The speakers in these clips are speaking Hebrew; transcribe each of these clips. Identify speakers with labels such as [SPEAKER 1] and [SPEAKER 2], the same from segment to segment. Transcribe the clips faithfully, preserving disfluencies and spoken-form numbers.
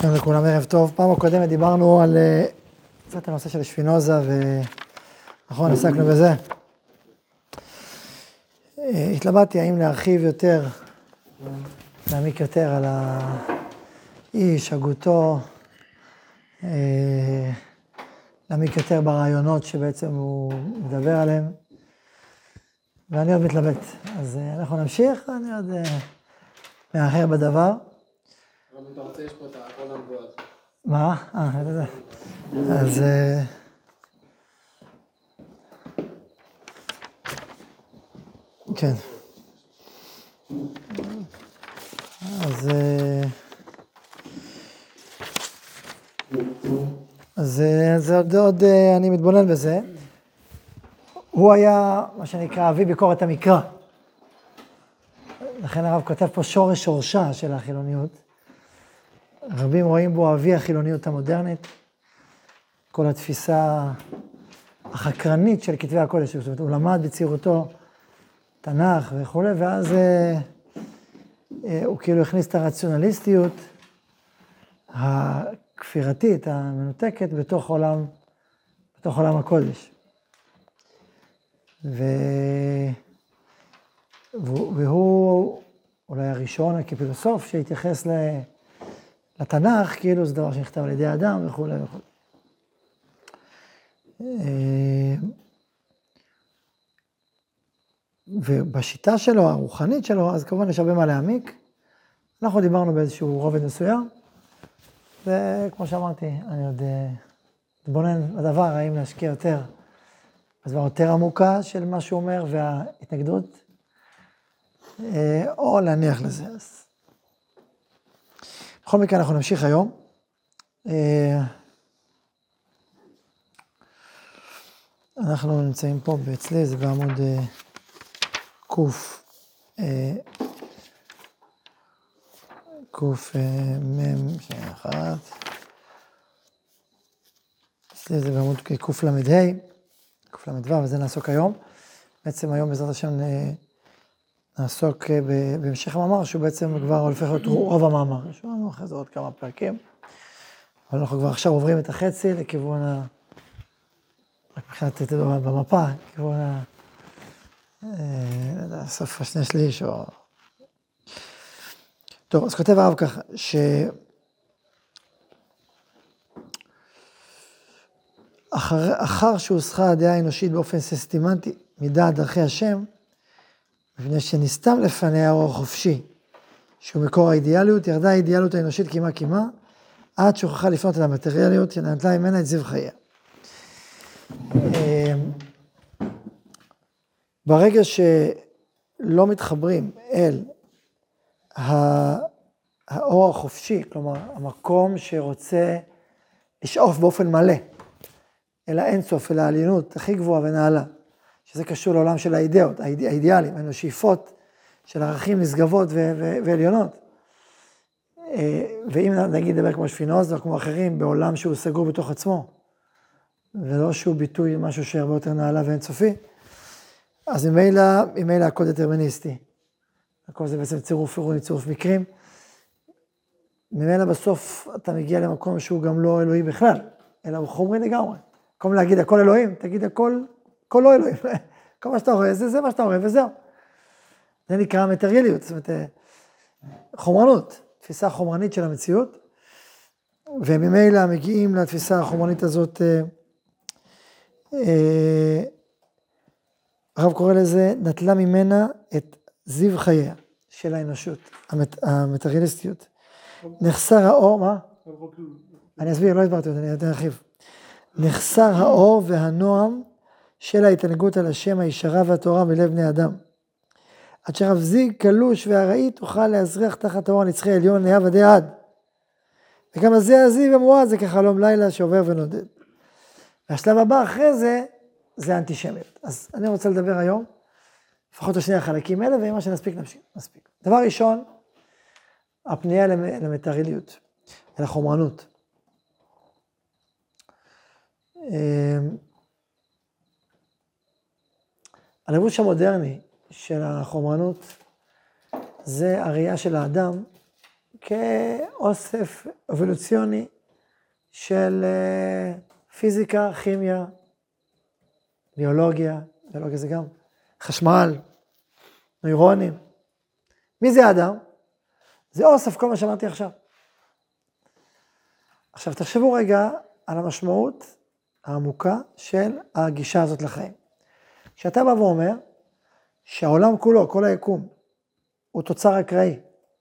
[SPEAKER 1] שלום לכולם, ערב טוב. פעם הקודמת דיברנו על קצת הנושא של שפינוזה, ונכון, עסקנו בזה. התלבטתי האם להרחיב יותר, להעמיק יותר על האיש, הגותו, להעמיק יותר ברעיונות שבעצם הוא מדבר עליהם, ואני עוד מתלבט. אז אנחנו נמשיך, אני עוד מאחר בדבר.
[SPEAKER 2] אבל אם אתה רוצה, יש פה את העולם בועז.
[SPEAKER 1] מה? אה, אתה יודע. אז... כן. אז... אז זה עוד, עוד אני מתבונן בזה. הוא היה, מה שנקרא, אבי ביקורת המקרא. לכן הרב כותב פה שורש שורשה של החילוניות. רבים רואים בו אבי החילוניות המודרנית, כל התפיסה החקרנית של כתבי הקודש, זאת אומרת, הוא למד בצעירותו תנ"ך וכו', ואז אה, אה, הוא כאילו הכניס את הרציונליסטיות הכפירתית, המנותקת, בתוך עולם, בתוך עולם הקודש. ו... והוא אולי הראשון כפילוסוף שהתייחס ל... לתנ"ך, כאילו זה דבר שנכתב על ידי האדם וכו' וכו'. ובשיטה שלו, הרוחנית שלו, אז כמובן יש הרבה מה להעמיק. אנחנו דיברנו באיזשהו רובד מסוים, וכמו שאמרתי, אני עוד מתבונן בדבר, האם להשקיע יותר, בדבר יותר עמוקה של מה שהוא אומר וההתנגדות, או להניח לזה. אז בכל מקרה אנחנו נמשיך היום. אנחנו נמצאים פה אצלי, זה בעמוד קוף, קוף מם, שנייה אחת. אצלי זה בעמוד קוף למדה, קוף למדווה, וזה נעסוק היום. בעצם היום בעזרת השם נעסוק בהמשך המאמר, שהוא בעצם כבר הולך להיות רוב המאמר. יש לנו אחרי זה עוד כמה פרקים, אבל אנחנו כבר עכשיו עוברים את החצי לכיוון ה... רק מבחינת במפה, לכיוון ה... הסוף השני שליש, או... טוב, אז כותב הרב ככה, ש... אחר, אחר שהוסחה הדעה האנושית באופן סיסטמטי מדעת דרכי השם, מפני שנסתם לפניה האור החופשי, שהוא מקור האידיאליות, ירדה האידיאליות האנושית קימה קימה, עד שהוכחה לפנות אל המטריאליות, שנטלה ממנה את זיו חייה. ברגע שלא מתחברים אל האור החופשי, כלומר, המקום שרוצה לשאוף באופן מלא, אל האינסוף, אל העליונות הכי גבוהה ונעלה, שזה קשור לעולם של האידאות, האידיאלים, היינו שאיפות של ערכים נשגבות ועליונות. ואם נגיד דבר כמו שפינוזה או כמו אחרים, בעולם שהוא סגור בתוך עצמו, ולא שהוא ביטוי משהו שהרבה יותר נעלה ואינסופי, אז ממילא, ממילא הכל דטרמיניסטי. הכל זה בעצם צירוף אירוני, צירוף מקרים. ממילא בסוף אתה מגיע למקום שהוא גם לא אלוהי בכלל, אלא הוא חומרי לגמרי. במקום להגיד הכל אלוהים, תגיד הכל, הכל לא אלוהים. כל מה שאתה רואה, זה, זה מה שאתה רואה, וזהו. זה נקרא מטריאליות, זאת אומרת, חומרנות, תפיסה חומרנית של המציאות, וממילא מגיעים לתפיסה החומרנית הזאת, הרב קורא לזה, נטלה ממנה את זיו חייה של האנושות, המטריאליסטיות. נחסר האור, מה? אני אסביר, לא הסברתי אותי, אני אתן להרחיב. נחסר האור והנועם של ההתענגות על השם הישרה והתורה בלב בני אדם. עד שרב זיג קלוש והרעי תוכל להזריח תחת האור הנצחי העליון נהיה ודאי עד. וגם הזה הזיו המועד זה כחלום לילה שעובר ונודד. והשלב הבא אחרי זה, זה האנטישמיות. אז אני רוצה לדבר היום, לפחות לשני החלקים האלה, ואם מה שנספיק נמשיך, נספיק. דבר ראשון, הפנייה למטריאליות, אל החומרנות. הלבוש המודרני של החומרנות, זה הראייה של האדם כאוסף אבולוציוני של פיזיקה, כימיה, ביולוגיה, ביולוגיה זה גם חשמל, נוירונים. מי זה האדם? זה אוסף כל מה שאמרתי עכשיו. עכשיו תחשבו רגע על המשמעות העמוקה של הגישה הזאת לחיים. כשאתה בא ואומר שהעולם כולו, כל היקום, הוא תוצר אקראי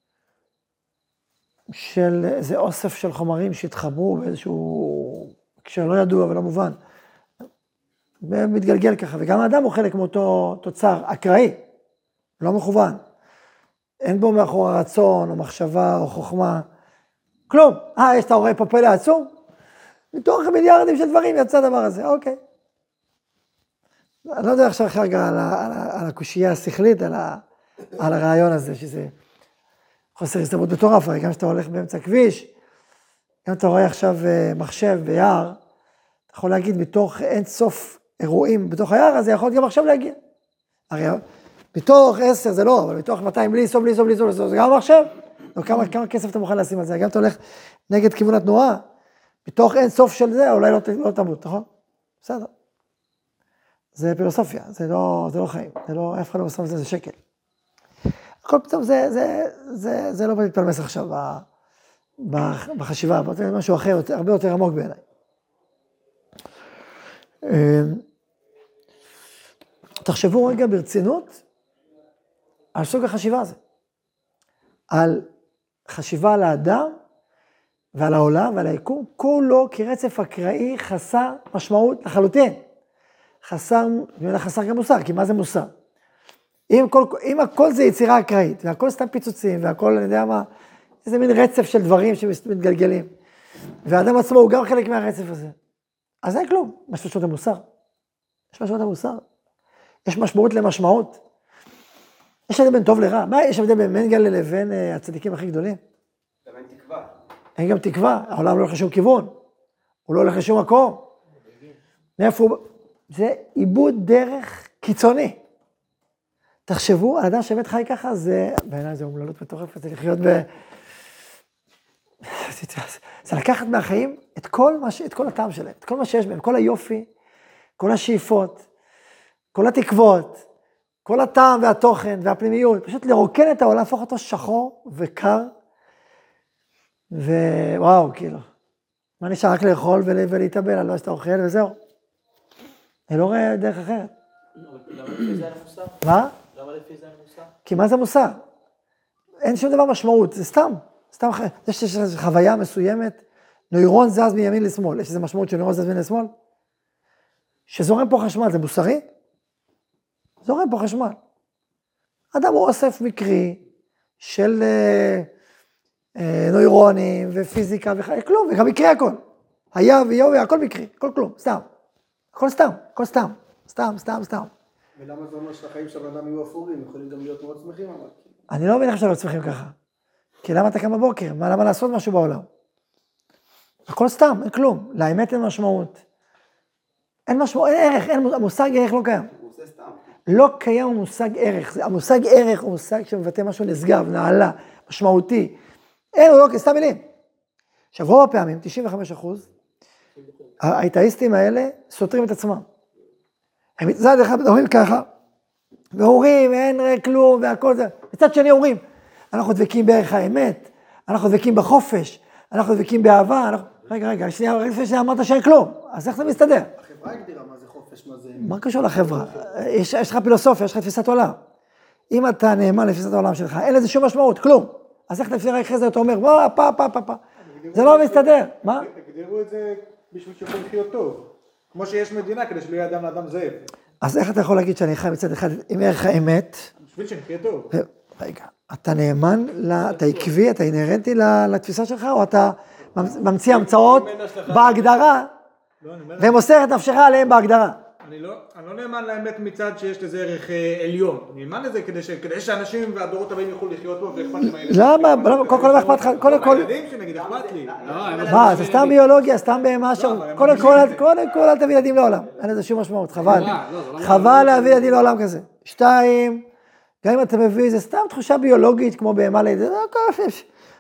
[SPEAKER 1] של איזה אוסף של חומרים שהתחברו באיזשהו כשלא ידוע ולא מובן, ומתגלגל ככה, וגם האדם הוא חלק מאותו תוצר אקראי, לא מכוון. אין בו מאחור רצון או מחשבה או חוכמה, כלום. אה, יש אתה רואה פה פלא עצום? מתוך מיליארדים של דברים יצא הדבר הזה, אוקיי. אני לא יודע עכשיו רגע על, על, על הקושייה השכלית, על, ה, על הרעיון הזה, שזה חוסר הסתברות מטורף, הרי גם שאתה הולך באמצע כביש, גם אתה רואה עכשיו מחשב ביער, אתה יכול להגיד מתוך אין סוף אירועים בתוך היער, אז זה יכול גם עכשיו להגיע. הרי מתוך עשר זה לא, אבל מתוך מאתיים בלי סוף, בלי סוף, בלי סוף, זה גם מחשב. כמה, כמה כסף אתה מוכן לשים על זה? גם אתה הולך נגד כיוון התנועה, מתוך אין סוף של זה, אולי לא, לא תמות, נכון? בסדר. זה פילוסופיה, זה לא, זה לא חיים, זה לא, אף אחד לא מסתכל, זה שקל. הכל פתאום זה, זה, זה, זה לא מתפלמס עכשיו בחשיבה, זה משהו אחר, הרבה יותר עמוק בעיניי. תחשבו רגע ברצינות על סוג החשיבה הזה, על חשיבה על האדם ועל העולם ועל היקום, כולו כרצף אקראי חסר משמעות לחלוטין. חסר, חסר גם מוסר, כי מה זה מוסר? אם, כל, אם הכל זה יצירה אקראית, והכל סתם פיצוצים, והכל, אני יודע מה, איזה מין רצף של דברים שמתגלגלים, והאדם עצמו הוא גם חלק מהרצף הזה, אז אין כלום. יש משמעות המוסר. יש משמעות המוסר. יש משמעות למשמעות. יש הבדל בין טוב לרע. מה יש הבדל בין מנגלה לבין uh, הצדיקים הכי גדולים?
[SPEAKER 2] גם אין תקווה. אין
[SPEAKER 1] גם תקווה. העולם לא הולך לשום כיוון. הוא לא הולך לשום מקום. מאיפה הוא... זה איבוד דרך קיצוני. תחשבו, האדם שבאמת חי ככה, זה, בעיניי זה אומללות מטורפת, זה לחיות ב... זה לקחת מהחיים את כל, מה ש... את כל הטעם שלהם, את כל מה שיש בהם, כל היופי, כל השאיפות, כל התקוות, כל הטעם והתוכן והפנימיות, פשוט לרוקן את העולם, להפוך אותו שחור וקר, ווואו, כאילו, מה נשאר רק לאכול ולהתאבל, אני לא יודע שאתה אוכל וזהו. אני לא רואה דרך אחרת.
[SPEAKER 2] למה לפי זה אין מוסר?
[SPEAKER 1] מה?
[SPEAKER 2] למה לפי זה אין מוסר?
[SPEAKER 1] כי מה זה מוסר? אין שום דבר משמעות, זה סתם. סתם, זה שיש איזו חוויה מסוימת, נוירון זז מימין לשמאל, יש איזו משמעות של נוירון זז מימין לשמאל, שזורם פה חשמל, זה מוסרי? זורם פה חשמל. אדם הוא אוסף מקרי של אה, אה, נוירונים ופיזיקה וחיים, כלום, וגם מקרי הכל. היה ויהיה, הכל מקרי, הכל כלום, סתם. הכל סתם, הכל סתם, סתם, סתם, סתם.
[SPEAKER 2] ולמה זה אומר שהחיים של האדם יהיו אפורים, יכולים גם להיות מאוד שמחים, אבל...
[SPEAKER 1] אני לא מבין איך שלא שמחים ככה. כי למה אתה קם בבוקר? מה, למה לעשות משהו בעולם? הכל סתם, אין כלום. לאמת אין משמעות. אין משמעות, אין ערך, אין מושג ערך לא קיים.
[SPEAKER 2] הוא עושה סתם.
[SPEAKER 1] לא קיים מושג ערך. המושג ערך הוא מושג שמבטא משהו נשגב, נעלה, משמעותי. אין, הוא לא, סתם מילים. עכשיו, רוב הפעמים, תשעים וחמישה אחוז, האתאיסטים האלה סותרים את עצמם. הם מצד אחד אומרים ככה, ואומרים, אין רק כלום, והכל זה. מצד שני אומרים, אנחנו דבקים בערך האמת, אנחנו דבקים בחופש, אנחנו דבקים באהבה, אנחנו... רגע, רגע, שנייה, רגע לפני שאמרת שאין כלום, אז איך זה מסתדר?
[SPEAKER 2] החברה הגדירה מה זה חופש, מה זה...
[SPEAKER 1] מה קשור לחברה? יש, יש לך פילוסופיה, יש לך תפיסת עולם. אם אתה נאמן לתפיסת העולם שלך, אין לזה שום משמעות, כלום. אז איך לפני רגע אחרי זה אתה אומר, בוא, פה, פה, פה, פה. זה לא מסתדר, מה?
[SPEAKER 3] תגדירו את זה בשביל שיכול לחיות טוב. כמו שיש מדינה, כדי שלא יהיה אדם לאדם זאב.
[SPEAKER 1] אז איך אתה יכול להגיד שאני חי מצד אחד עם ערך האמת?
[SPEAKER 3] בשביל שנחיה טוב.
[SPEAKER 1] רגע, אתה נאמן, אתה עקבי, אתה אינהרנטי לתפיסה שלך, או אתה ממציא המצאות בהגדרה, ומוסר את נפשך עליהם בהגדרה?
[SPEAKER 3] אני לא, אני לא נאמן לאמת מצד שיש לזה ערך עליון. אני נאמן לזה כדי, כדי שאנשים והדורות הבאים יוכלו לחיות פה ואכפת להם הילדים.
[SPEAKER 1] למה? קודם כל לא אכפת לך, קודם כל...
[SPEAKER 3] הילדים שנגיד אכפת לי.
[SPEAKER 1] מה, זה סתם ביולוגיה, סתם במשהו. קודם כל אל תביא ילדים לעולם. אין לזה שום משמעות, חבל. חבל להביא ילדים לעולם כזה. שתיים, גם אם אתה מביא, זה סתם תחושה ביולוגית כמו בהמה לידי.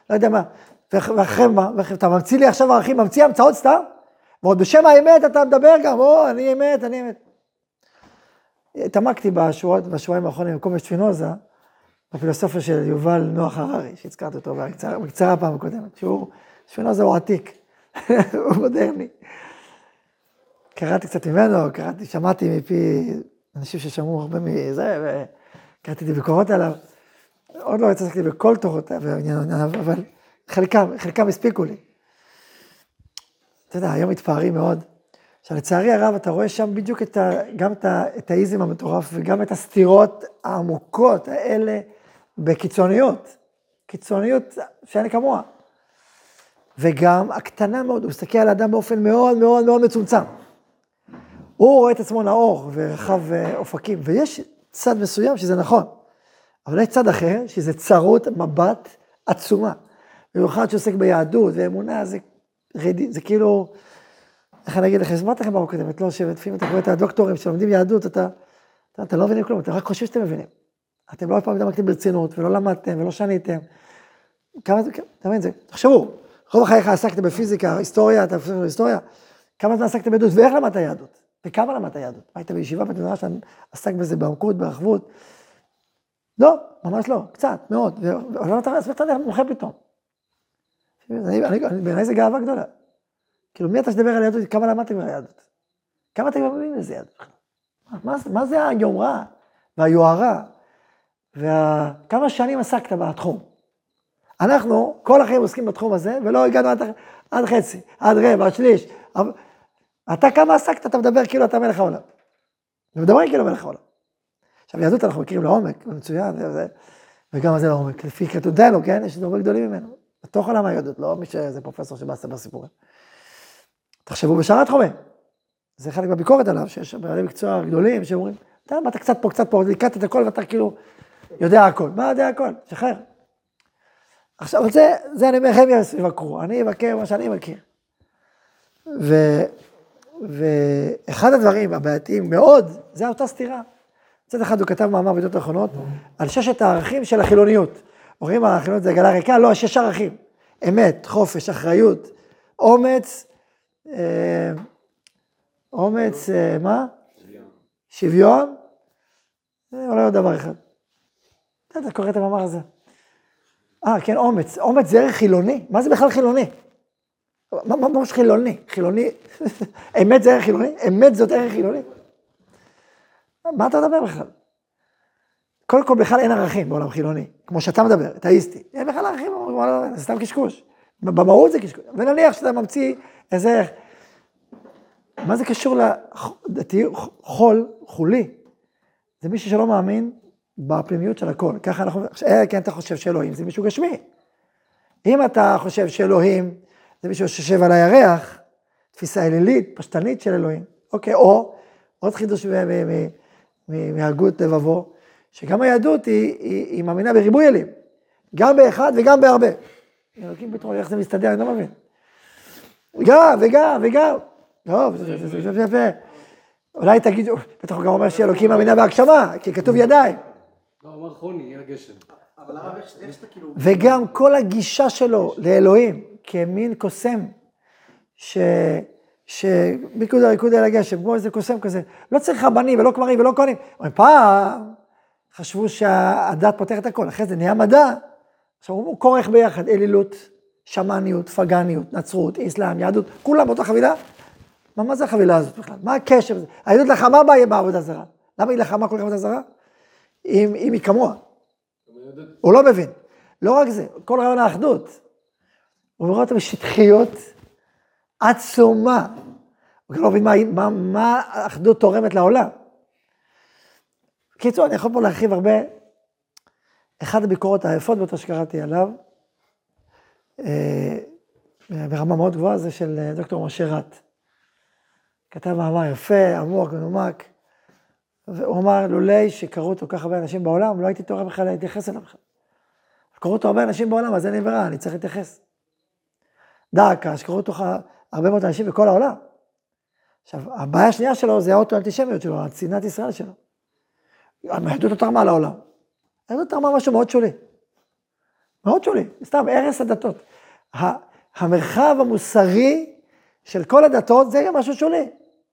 [SPEAKER 1] לא יודע מה, ואחרי מה, אתה ממציא לי עכשיו ערכים, ממציא המצאות סתם, ועוד בשם האמת אתה מדבר גם, או, אני אמת, אני אמת. התעמקתי בשבועות, בשבועיים האחרונים, במקום שפינוזה, בפילוסופיה של יובל נוח הררי, שהזכרתי אותו בקצרה, בקצרה פעם הקודמת, שהוא, שפינוזה הוא עתיק, הוא מודרני. קראתי קצת ממנו, קראתי, שמעתי מפי אנשים ששמעו הרבה מזה, וקראתי את ביקורות עליו, עוד לא הצלחתי בכל תורות, אבל חלקם, חלקם הספיקו לי. אתה יודע, היום מתפארים מאוד. עכשיו, לצערי הרב, אתה רואה שם בדיוק את ה, גם את, ה, את האיזם המטורף, וגם את הסתירות העמוקות האלה בקיצוניות. קיצוניות שאין כמוה. וגם הקטנה מאוד, הוא מסתכל על האדם באופן מאוד מאוד מאוד מצומצם. הוא רואה את עצמו נאור ורחב אופקים, ויש צד מסוים שזה נכון. אבל יש צד אחר, שזה צרות מבט עצומה. במיוחד שעוסק ביהדות ואמונה, זה, זה כאילו, איך אני אגיד לך, הסברתי לכם ברור קודמת, לא שבפעמים אתה קורא את הדוקטורים שלומדים יהדות, אתה, אתה, אתה לא מבינים כלום, אתה רק חושב שאתם מבינים. אתם לא פעם התעמקתם ברצינות, ולא למדתם, ולא שניתם. כמה, אתה מבין את זה? תחשבו, רוב החייך עסקתם בפיזיקה, היסטוריה, אתה חושב בהיסטוריה, כמה זמן עסקתם ביהדות, ואיך למדת יהדות? וכמה למדת יהדות? היית בישיבה בתנועה שאתה עסק בזה בעמקות, ברחבות? לא, ממש לא, קצת, מאוד, ולא אתה יודע, מומחה פתאום. בעיניי זה גאווה גדולה. כאילו, מי אתה שדבר על יהדות? כמה למדתם על יהדות? כמה אתם מבינים לזה יהדות? מה זה היומרה והיוהרה? וכמה שנים עסקת בתחום? אנחנו, כל החיים עוסקים בתחום הזה, ולא הגענו עד חצי, עד רבע, עד שליש. אתה כמה עסקת, אתה מדבר כאילו אתה מלך העולם. ומדברים כאילו מלך העולם. עכשיו, יהדות אנחנו מכירים לעומק, מצוין, וגם זה לעומק. לפי כתותינו, כן? יש דברים גדולים ממנו. בתוך עולם היהדות, לא מי שזה פרופסור שבא לספר סיפורים. תחשבו בשאר התחומים. זה חלק מהביקורת עליו, שיש בעלי מקצוע גדולים שאומרים, אתה באת קצת פה, קצת פה, לקטת את הכל ואתה כאילו יודע הכל. מה יודע הכל? שחרר. עכשיו, זה, זה אני אומר, הם יבקרו. אני אבקר מה שאני מכיר. ו, ואחד הדברים הבעייתיים מאוד, זה אותה סתירה. מצד אחד הוא כתב מאמר בידיעות האחרונות, על ששת הערכים של החילוניות. אומרים, החילוניות זה עגלה ריקה, לא, שש ערכים. אמת, חופש, אחריות, אומץ, אה, אומץ, אה, מה? שוויון. שוויון? זה אולי עוד דבר אחד. אתה קורא את המאמר הזה. אה, כן, אומץ. אומץ זה ערך חילוני. מה זה בכלל חילוני? מה ממש חילוני? חילוני, אמת זה ערך חילוני? אמת זאת ערך חילוני? מה אתה מדבר בכלל? קודם כל בכלל אין ערכים בעולם חילוני, כמו שאתה מדבר, אתאיסטי. אין בכלל ערכים, זה סתם קשקוש. במהות זה קשקוש. ונניח שאתה ממציא איזה... מה זה קשור לדתי חול, חולי? זה מישהו שלא מאמין בפנימיות של הכל. ככה אנחנו... אה, כן, אתה חושב שאלוהים זה מישהו גשמי. אם אתה חושב שאלוהים זה מישהו שיושב על הירח, תפיסה אלילית, פשטנית של אלוהים. אוקיי, או עוד חידוש מהגות לבבו, שגם היהדות היא, היא, היא מאמינה בריבוי אלים, גם באחד וגם בהרבה. אלוקים פתרון, איך זה מסתדר, אני לא מבין. גם וגם וגם. טוב, זה זה יפה. אולי תגידו, בטח הוא גם אומר שאלוקים מאמינה בהגשמה, כי כתוב ידיים.
[SPEAKER 4] לא, אמר חוני, יהיה גשם.
[SPEAKER 2] אבל הרב, איך שאתה כאילו...
[SPEAKER 1] וגם כל הגישה שלו לאלוהים, כמין קוסם, ש... שמיקוד הריקוד אל הגשם, כמו איזה קוסם כזה, לא צריך רבנים ולא כמרים ולא כהנים. פעם חשבו שהדת פותח את הכל, אחרי זה נהיה מדע, עכשיו הוא כורך ביחד, אלילות, שמאניות, פגניות, נצרות, איסלאם, יהדות, כולם באותה חבילה. מה, מה זה החבילה הזאת בכלל? מה הקשר הזה? היהדות לחמה בה בעבודה זרה. למה היא לחמה כל כך עבודה זרה? אם, אם היא כמוה. הוא לא מבין. לא רק זה, כל רעיון האחדות. הוא מראה אותה בשטחיות עצומה. הוא לא מבין מה, מה, מה האחדות תורמת לעולם. קיצור, אני יכול פה להרחיב הרבה. אחד הביקורות היפות ביותר שקראתי עליו, ברמה מאוד גבוהה, זה של דוקטור משה רט. כתב מאמר יפה, עמוק, מנומק, והוא אמר, לולי שקראו אותו כך הרבה אנשים בעולם, לא הייתי תורה בכלל להתייחס אליו בכלל. קראו אותו הרבה אנשים בעולם, אז אין לי ברירה, אני צריך להתייחס. דאקה, שקראו אותו הרבה מאוד אנשים בכל העולם. עכשיו, הבעיה השנייה שלו זה האוטו-אנטישמיות שלו, הצנעת ישראל שלו. היהדות לא תרמה לעולם. היהדות תרמה משהו מאוד שולי. מאוד שולי, סתם, ערש הדתות. המרחב המוסרי של כל הדתות זה גם משהו שולי.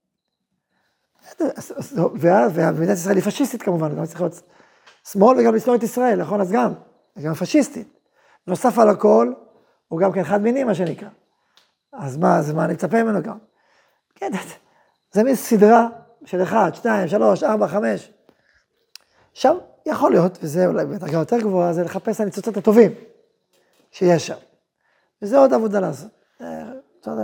[SPEAKER 1] ומדינת ישראל היא פשיסטית כמובן, גם צריך להיות שמאל וגם לשנוא את ישראל, נכון? אז גם, היא גם פשיסטית. נוסף על הכל, הוא גם כן חד מיני, מה שנקרא. אז מה, אז מה אני מצפה ממנו גם? כן, זה מין סדרה של אחד, שתיים, שלוש, ארבע, חמש. עכשיו, יכול להיות, וזה אולי בדרגה יותר גבוהה, זה לחפש הניצוצות הטובים שיש שם. וזה עוד עבודה לעשות. תודה.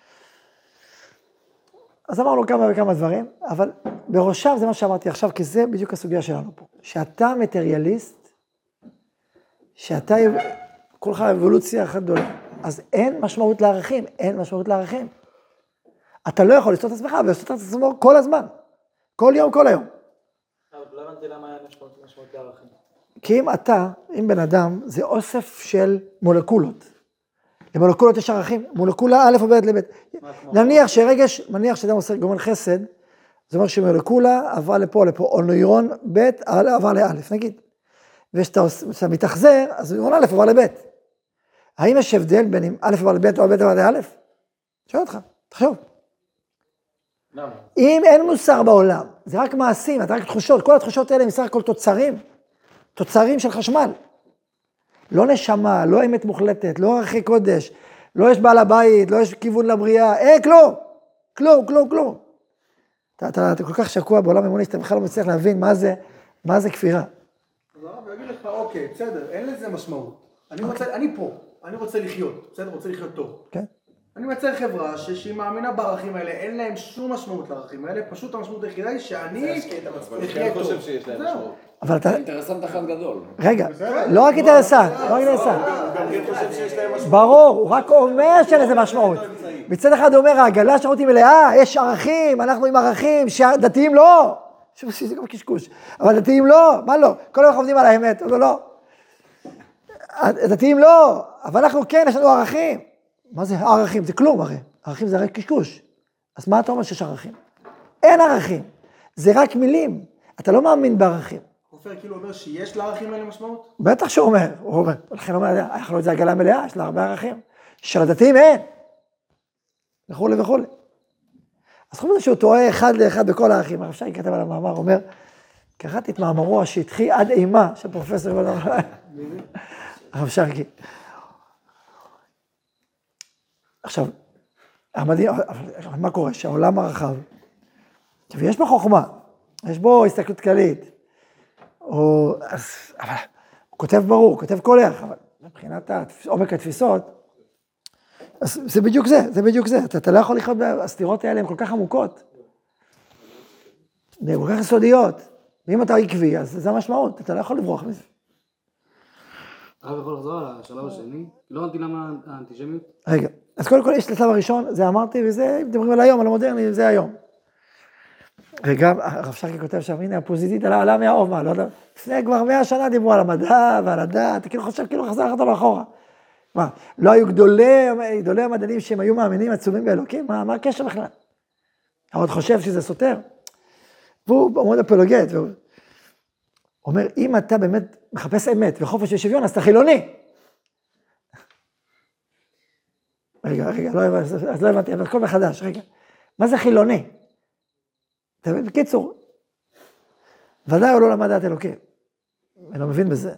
[SPEAKER 1] אז אמרנו כמה וכמה דברים, אבל בראשם זה מה שאמרתי עכשיו, כי זה בדיוק הסוגיה שלנו פה. שאתה מטריאליסט, שאתה, כולך אבולוציה אחת גדולה, אז אין משמעות לערכים, אין משמעות לערכים. אתה לא יכול לסתות את עצמך, ולסתות את עצמו כל הזמן. כל יום, כל היום.
[SPEAKER 3] אבל לא הבנתי למה אין משמעות לערכים.
[SPEAKER 1] כי אם אתה, אם בן אדם, זה אוסף של מולקולות. למולקולות יש ערכים, מולקולה א' עוברת לב'. נניח שרגש, מניח שאדם עושה גומל חסד, זה אומר שמולקולה עברה לפה לפה, או נוירון ב' עבר לאלף, נגיד. וכשאתה מתאכזר, אז נוירון א' עבר לב'. האם יש הבדל בין אם א' עבר לב' או ב' עבר לאלף? שואל אותך, תחשוב.
[SPEAKER 3] למה?
[SPEAKER 1] אם אין מוסר בעולם, זה רק מעשים, זה רק תחושות, כל התחושות האלה הם סך הכל תוצרים, תוצרים של חשמל. לא נשמה, לא אמת מוחלטת, לא ערכי קודש, לא יש בעל הבית, לא יש כיוון לבריאה, אין כלום, כלום, כלום, כלום. אתה, אתה, אתה כל כך שקוע בעולם אמוני, שאתה בכלל לא מצליח להבין מה זה, מה זה כפירה.
[SPEAKER 2] אז הרב יגיד לך, אוקיי, בסדר, אין לזה משמעות. אני רוצה, אני פה, אני רוצה לחיות, בסדר, רוצה לחיות טוב.
[SPEAKER 1] כן.
[SPEAKER 2] אני מייצר חברה שהיא מאמינה בערכים האלה, אין להם שום משמעות לערכים האלה, פשוט המשמעות היחידה היא שאני אחיה טוב.
[SPEAKER 3] חושב שיש להם משמעות.
[SPEAKER 1] אבל אתה,
[SPEAKER 4] אינטרסנט אחד גדול.
[SPEAKER 1] רגע, לא רק אינטרסנט, לא רק אינטרסנט. ברור, הוא רק אומר שאין לזה משמעות. מצד אחד הוא אומר, העגלה שלנו היא מלאה, יש ערכים, אנחנו עם ערכים, שדתיים לא. זה גם קשקוש. אבל דתיים לא, מה לא? כל היום עובדים על האמת, לא, לא. דתיים לא, אבל אנחנו כן, יש לנו ערכים. מה זה ערכים? זה כלום הרי. ערכים זה רק קשקוש. אז מה אתה אומר שיש ערכים? אין ערכים. זה רק מילים. אתה לא מאמין בערכים.
[SPEAKER 2] כופר כאילו אומר שיש לערכים האלה משמעות?
[SPEAKER 1] בטח שהוא אומר. הוא אומר, לכן הוא אומר, אנחנו לא זה עגלה מלאה, יש לה הרבה ערכים. שלדתיים אין. וכולי וכולי. אז חושב שהוא טועה אחד לאחד בכל הערכים. הרב שי כתב על המאמר, אומר, קראתי את מאמרו השטחי עד אימה של פרופסור הרב שרקי. עכשיו, המדהים, מה קורה? שהעולם הרחב, ויש בו חוכמה, יש בו הסתכלות כללית, או, אז, אבל, הוא כותב ברור, הוא כותב קולח, אבל מבחינת עומק התפיסות, אז זה בדיוק זה, זה בדיוק זה, אתה, אתה לא יכול לחיות, הסתירות האלה הן כל כך עמוקות, הן כל כך יסודיות, ואם אתה עקבי, אז זה המשמעות, אתה לא יכול לברוח מזה.
[SPEAKER 4] הרב יכול לחזור על השלב השני? לא הבנתי למה האנטישמיות?
[SPEAKER 1] רגע, אז קודם כל יש את השלב הראשון, זה אמרתי, וזה, מדברים על היום, על המודרני, זה היום. וגם הרב שרקי כותב שם, הנה הפוזיטית עלה, עלה מהאור, מה, לא יודע, לפני כבר מאה שנה דיברו על המדע ועל הדת, כאילו חושב, כאילו חזר לך אותו לאחורה. מה, לא היו גדולי, גדולי המדענים שהם היו מאמינים עצומים באלוקים, מה, מה הקשר בכלל? הוא עוד חושב שזה סותר. והוא מאוד אפולוגט, והוא אומר, אם אתה באמת מחפש אמת וחופש ושוויון, אז אתה חילוני. רגע, רגע, לא הבנתי, אז לא הבנתי, אבל כל מחדש, רגע. מה זה חילוני? בקיצור, ודאי הוא לא למד דעת אלוקים. אני לא מבין בזה.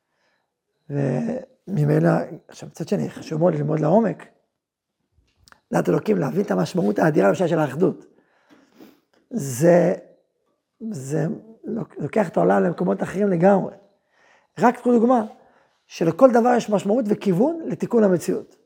[SPEAKER 1] וממילא, עכשיו, מצד שני, חשוב מאוד ללמוד לעומק, דעת אלוקים, להבין את המשמעות האדירה בשעה של האחדות. זה, זה לוקח את העולם למקומות אחרים לגמרי. רק תקחו דוגמה, שלכל דבר יש משמעות וכיוון לתיקון המציאות.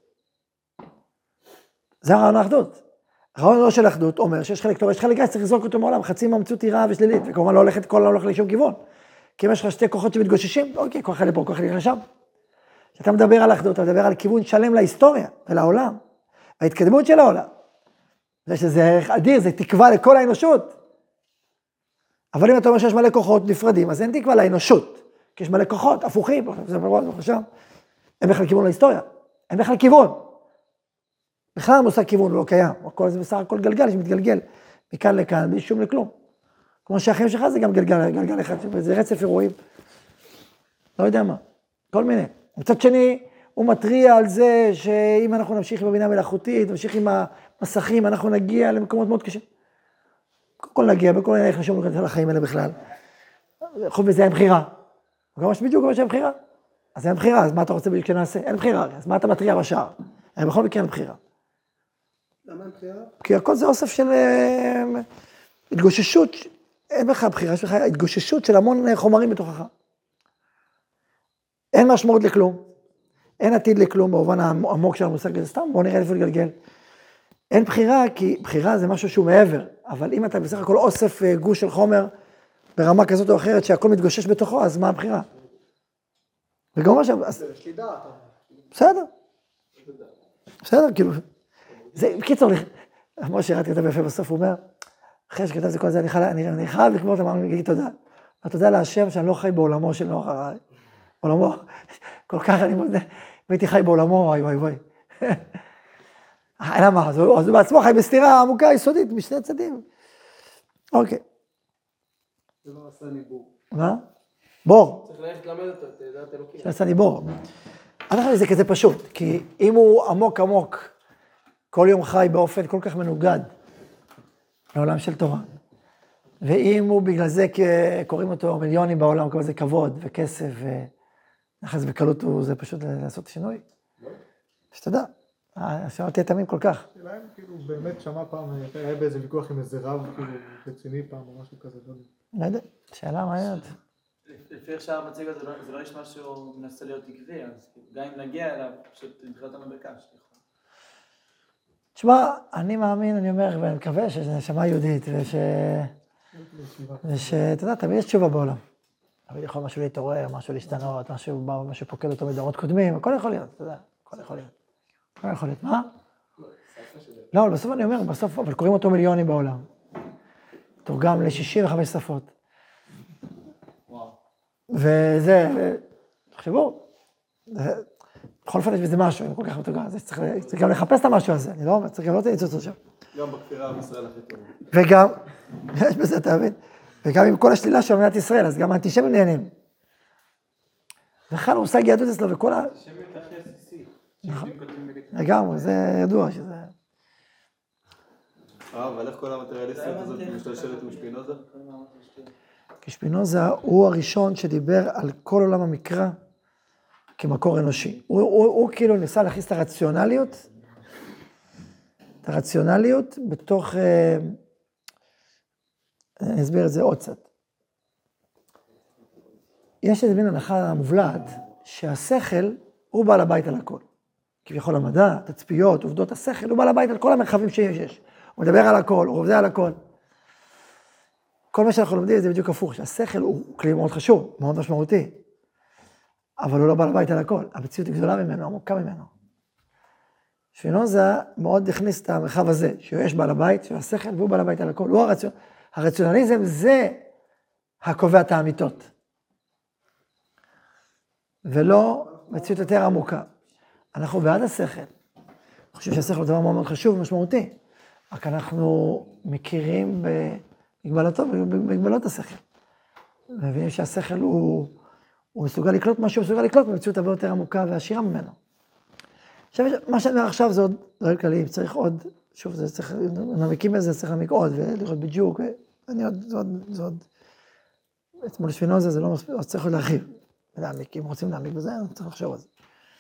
[SPEAKER 1] זה הרעיון האחדות. הרעיון של האחדות אומר שיש חלק טוב, יש חלק גס, צריך לזרוק אותו מעולם, חצי מהמציאות היא רעה ושלילית, וכמובן לא הולכת, כל העולם הולך לשום כיוון. כי אם יש לך שתי כוחות שמתגוששים, אוקיי, כוח לפה, כוח לשם. כשאתה מדבר על האחדות, אתה מדבר על כיוון שלם להיסטוריה ולעולם, ההתקדמות של העולם. זה שזה ערך אדיר, זה תקווה לכל האנושות. אבל אם אתה אומר שיש מלא כוחות נפרדים, אז אין תקווה לאנושות, כי יש מלא כוחות הפוכים, אין בכלל כיוון להיסטוריה, אין בכלל כיוון. בכלל המושג כיוון לא קיים, הכל זה בסך הכל גלגל שמתגלגל מכאן לכאן, בלי שום לכלום. כמו שהחיים שלך זה גם גלגל, גלגל אחד, זה רצף אירועים, לא יודע מה, כל מיני. מצד שני, הוא מטריע על זה שאם אנחנו נמשיך עם הבינה המלאכותית, נמשיך עם המסכים, אנחנו נגיע למקומות מאוד קשים. קודם כל נגיע, בכל מיני חשוב על החיים האלה בכלל. חוץ מזה אין בחירה. וגם בדיוק כמו שאין בחירה. אז אין בחירה, אז מה אתה רוצה בדיוק שנעשה? אין בחירה, אז מה אתה מטריע בשער? בכל מקרה אין בחירה.
[SPEAKER 2] למה אין בחירה?
[SPEAKER 1] כי הכל זה אוסף של התגוששות, אין לך בחירה, יש לך התגוששות של המון חומרים בתוכך. אין משמעות לכלום, אין עתיד לכלום במובן העמוק של המושג הזה, סתם בוא נראה איפה לגלגל. אין בחירה, כי בחירה זה משהו שהוא מעבר, אבל אם אתה בסך הכל אוסף גוש של חומר ברמה כזאת או אחרת שהכל מתגושש בתוכו, אז מה הבחירה? וגם מה ש...
[SPEAKER 2] יש לי דעת.
[SPEAKER 1] בסדר. בסדר, כאילו... זה, בקיצור, כמו שראיתי כתב יפה בסוף, הוא אומר, אחרי שכתב זה כל זה, אני חייב לקבור את המאמר, להגיד תודה. תודה להשם שאני לא חי בעולמו של נוח הרעי. עולמו, כל כך אני מודה, והייתי חי בעולמו, וואי וואי וואי. למה? אז הוא בעצמו חי בסתירה עמוקה, יסודית, משני הצדים. אוקיי.
[SPEAKER 4] זה לא עשה לי בור.
[SPEAKER 1] מה? בור.
[SPEAKER 4] צריך ללכת למד אותו, את דעת אלוקים.
[SPEAKER 1] שעשה לי בור. אני חושב שזה כזה פשוט, כי אם הוא עמוק עמוק, כל יום חי באופן כל כך מנוגד לעולם של תורה, ואם הוא בגלל זה קוראים אותו מיליונים בעולם, כל זה כבוד וכסף ונחס וקלות, זה פשוט לעשות שינוי. שתדע, השאלה תהיה תמים כל כך.
[SPEAKER 3] שאלה אם כאילו באמת שמע פעם, היה באיזה ויכוח עם איזה רב כאילו רציני פעם או משהו כזה.
[SPEAKER 1] לא יודע, שאלה מעניינת.
[SPEAKER 5] לפי איך שהמציג הזה, זה לא נשמע שהוא מנסה להיות עקבי, אז גם אם נגיע אליו, פשוט נבחר אותנו בקש.
[SPEAKER 1] תשמע, אני מאמין, אני אומר, ואני מקווה שזה נשמה יהודית, וש... ושאתה יודע, תמיד יש תשובה בעולם. תמיד יכול משהו להתעורר, משהו להשתנות, משהו בא, משהו פוקד אותו מדורות קודמים, הכל יכול להיות, אתה יודע, הכל יכול להיות. הכל יכול להיות, מה? לא, אבל בסוף אני אומר, בסוף, אבל קוראים אותו מיליונים בעולם. תורגם ל-שישים וחמש שפות. וזה, תחשבו, בכל אופן יש בזה משהו, אם כל כך מתוגע, אז צריך גם לחפש את המשהו הזה, אני לא אומר, צריך גם לא תניצוץ אותו שם.
[SPEAKER 3] גם בכפירה עם ישראל הכי טוב.
[SPEAKER 1] וגם, יש בזה, אתה מבין? וגם עם כל השלילה של מדינת ישראל, אז גם האנטישמים נהנים. וכאן הוא מושג יהדות אצלו וכל ה...
[SPEAKER 5] האנטישמיות הכי עסיסית.
[SPEAKER 1] נכון, לגמרי, זה ידוע שזה...
[SPEAKER 6] אה, אבל איך כל המטריאליסטיות הזאת משתלשלת עם שפינוזה?
[SPEAKER 1] כי שפינוזה הוא הראשון שדיבר על כל עולם המקרא כמקור אנושי. הוא, הוא, הוא כאילו ניסה להכניס את הרציונליות, את הרציונליות בתוך... אה, אני אסביר את זה עוד קצת. יש איזה מין הנחה מובלעת שהשכל הוא בעל הבית על הכל. כביכול המדע, תצפיות, עובדות השכל, הוא בעל הבית על כל המרחבים שיש. הוא מדבר על הכל, הוא עובדה על הכל. כל מה שאנחנו לומדים זה בדיוק הפוך, שהשכל הוא כלי מאוד חשוב, מאוד משמעותי, אבל הוא לא בעל הבית על הכל. המציאות היא גדולה ממנו, עמוקה ממנו. שפינוזה מאוד הכניס את המרחב הזה, שיש בעל הבית, שהוא השכל והוא בעל הבית על הכל. הוא הרציונ... הרציונליזם זה הקובע את האמיתות. ולא מציאות יותר עמוקה. אנחנו בעד השכל. אני חושב שהשכל הוא דבר מאוד מאוד חשוב ומשמעותי. רק אנחנו מכירים במגבלתו, במגבלות השכל. מבינים שהשכל הוא, הוא מסוגל לקלוט מה שהוא מסוגל לקלוט, במציאות הרבה יותר עמוקה ועשירה ממנו. עכשיו, מה שאני אומר עכשיו זה עוד דברים כלליים, צריך עוד, שוב, זה צריך, נעמיקים בזה, צריך להעמיק עוד, ולראות בדיוק, ואני עוד, זה עוד, זה עוד, אתמול שפינוזה זה לא מספיק, אז צריך עוד להרחיב, להעמיק, אם רוצים להעמיק בזה, צריך לחשוב על זה.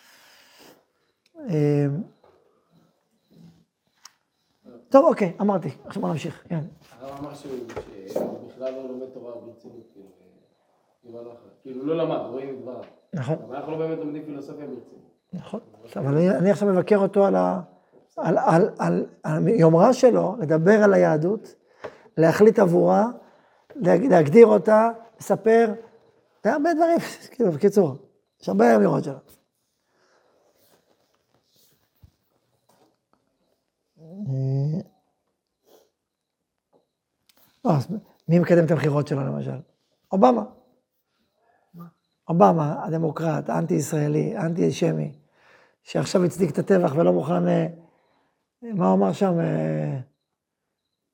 [SPEAKER 1] טוב, אוקיי, אמרתי, עכשיו בוא נמשיך, כן.
[SPEAKER 4] הרב אמר שהוא בכלל לא לומד תורה ברצינות, כאילו לא למד, רואים את דבריו.
[SPEAKER 1] נכון.
[SPEAKER 4] אבל אנחנו לא באמת לומדים פילוסופיה ברצינות.
[SPEAKER 1] נכון, אבל אני עכשיו מבקר אותו על יומרה שלו, לדבר על היהדות, להחליט עבורה, להגדיר אותה, לספר, זה הרבה דברים, כאילו, בקיצור, יש הרבה אמירות שלו. מי מקדם את המחירות שלו למשל? אובמה. אובמה, הדמוקרט, האנטי-ישראלי, האנטי-שמי, שעכשיו הצדיק את הטבח ולא מוכן, מה הוא אמר שם?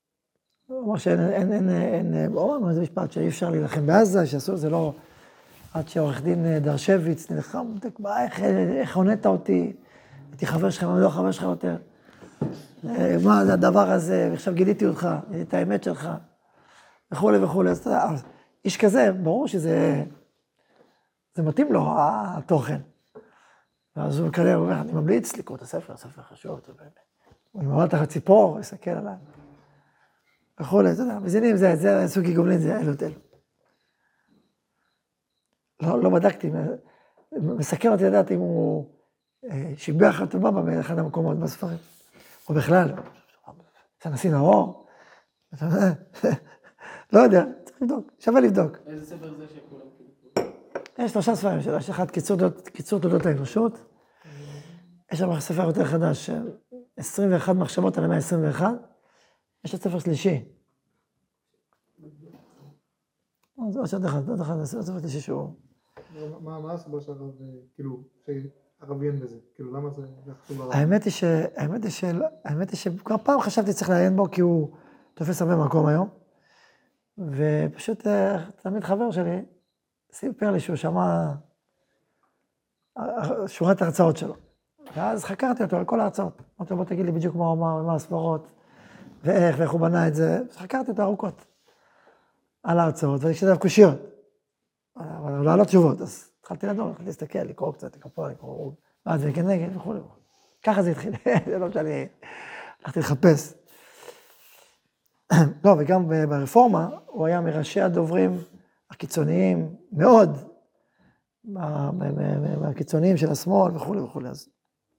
[SPEAKER 1] הוא אמר שאין, אין, אין, אין, אובמה, זה משפט שאי אפשר להילחם בעזה, שעשו, זה לא, עד שעורך דין דרשוויץ נלחם, איך, איך עונית אותי, הייתי חבר שלך, אני לא חבר שלך יותר. מה זה הדבר הזה, ועכשיו גיליתי אותך, גיליתי את האמת שלך, וכולי וכולי. אז אתה יודע, איש כזה, ברור שזה, זה מתאים לו, התוכן. ואז הוא מקדם, הוא אומר, אני ממליץ לקרוא את הספר, הספר חשוב, אתה באמת. הוא ממרא תחת ציפור, יסתכל עליי. וכולי, אתה יודע, מזינים, זה, זה סוגי גובלין, זה אלו את אלו. לא, לא בדקתי, מסכן אותי לדעת אם הוא שיבח את אובמה באחד המקומות בספרים. או בכלל, זה נשיא נאור, לא יודע, צריך לבדוק, שווה לבדוק.
[SPEAKER 4] איזה ספר זה שכולם כאילו?
[SPEAKER 1] יש שלושה ספרים שלו, יש אחד קיצור תולדות האנושות, יש שם ספר יותר חדש, עשרים ואחת מחשבות על המאה ה-עשרים ואחת, יש את ספר שלישי. זה עוד אחד, עוד אחד, עוד ספר שלישי שהוא...
[SPEAKER 3] מה הסיבה שהרב, כאילו, שהרב יין בזה? כאילו, למה זה חשוב לרב?
[SPEAKER 1] האמת היא ש... האמת היא של... האמת היא שכבר פעם חשבתי צריך לעיין בו, כי הוא תופס הרבה מקום היום, ופשוט תמיד חבר שלי סיפר לי שהוא שמע שורת ההרצאות שלו. ואז חקרתי אותו על כל ההרצאות. אמרתי לו, בוא תגיד לי בדיוק מה הוא אמר, ומה הסברות, ואיך, ואיך הוא בנה את זה. אז חקרתי אותו ארוכות על ההרצאות, ואני כשדף קושיות. אבל לא עלות תשובות, אז התחלתי לדון, התחלתי להסתכל, לקרוא קצת, לקרוא, לקרוא, ואז וכנגד וכו'. ככה זה התחיל, זה לא שאני הלכתי לחפש. לא, וגם ברפורמה, הוא היה מראשי הדוברים הקיצוניים מאוד, מהקיצוניים של השמאל וכו' וכו'. אז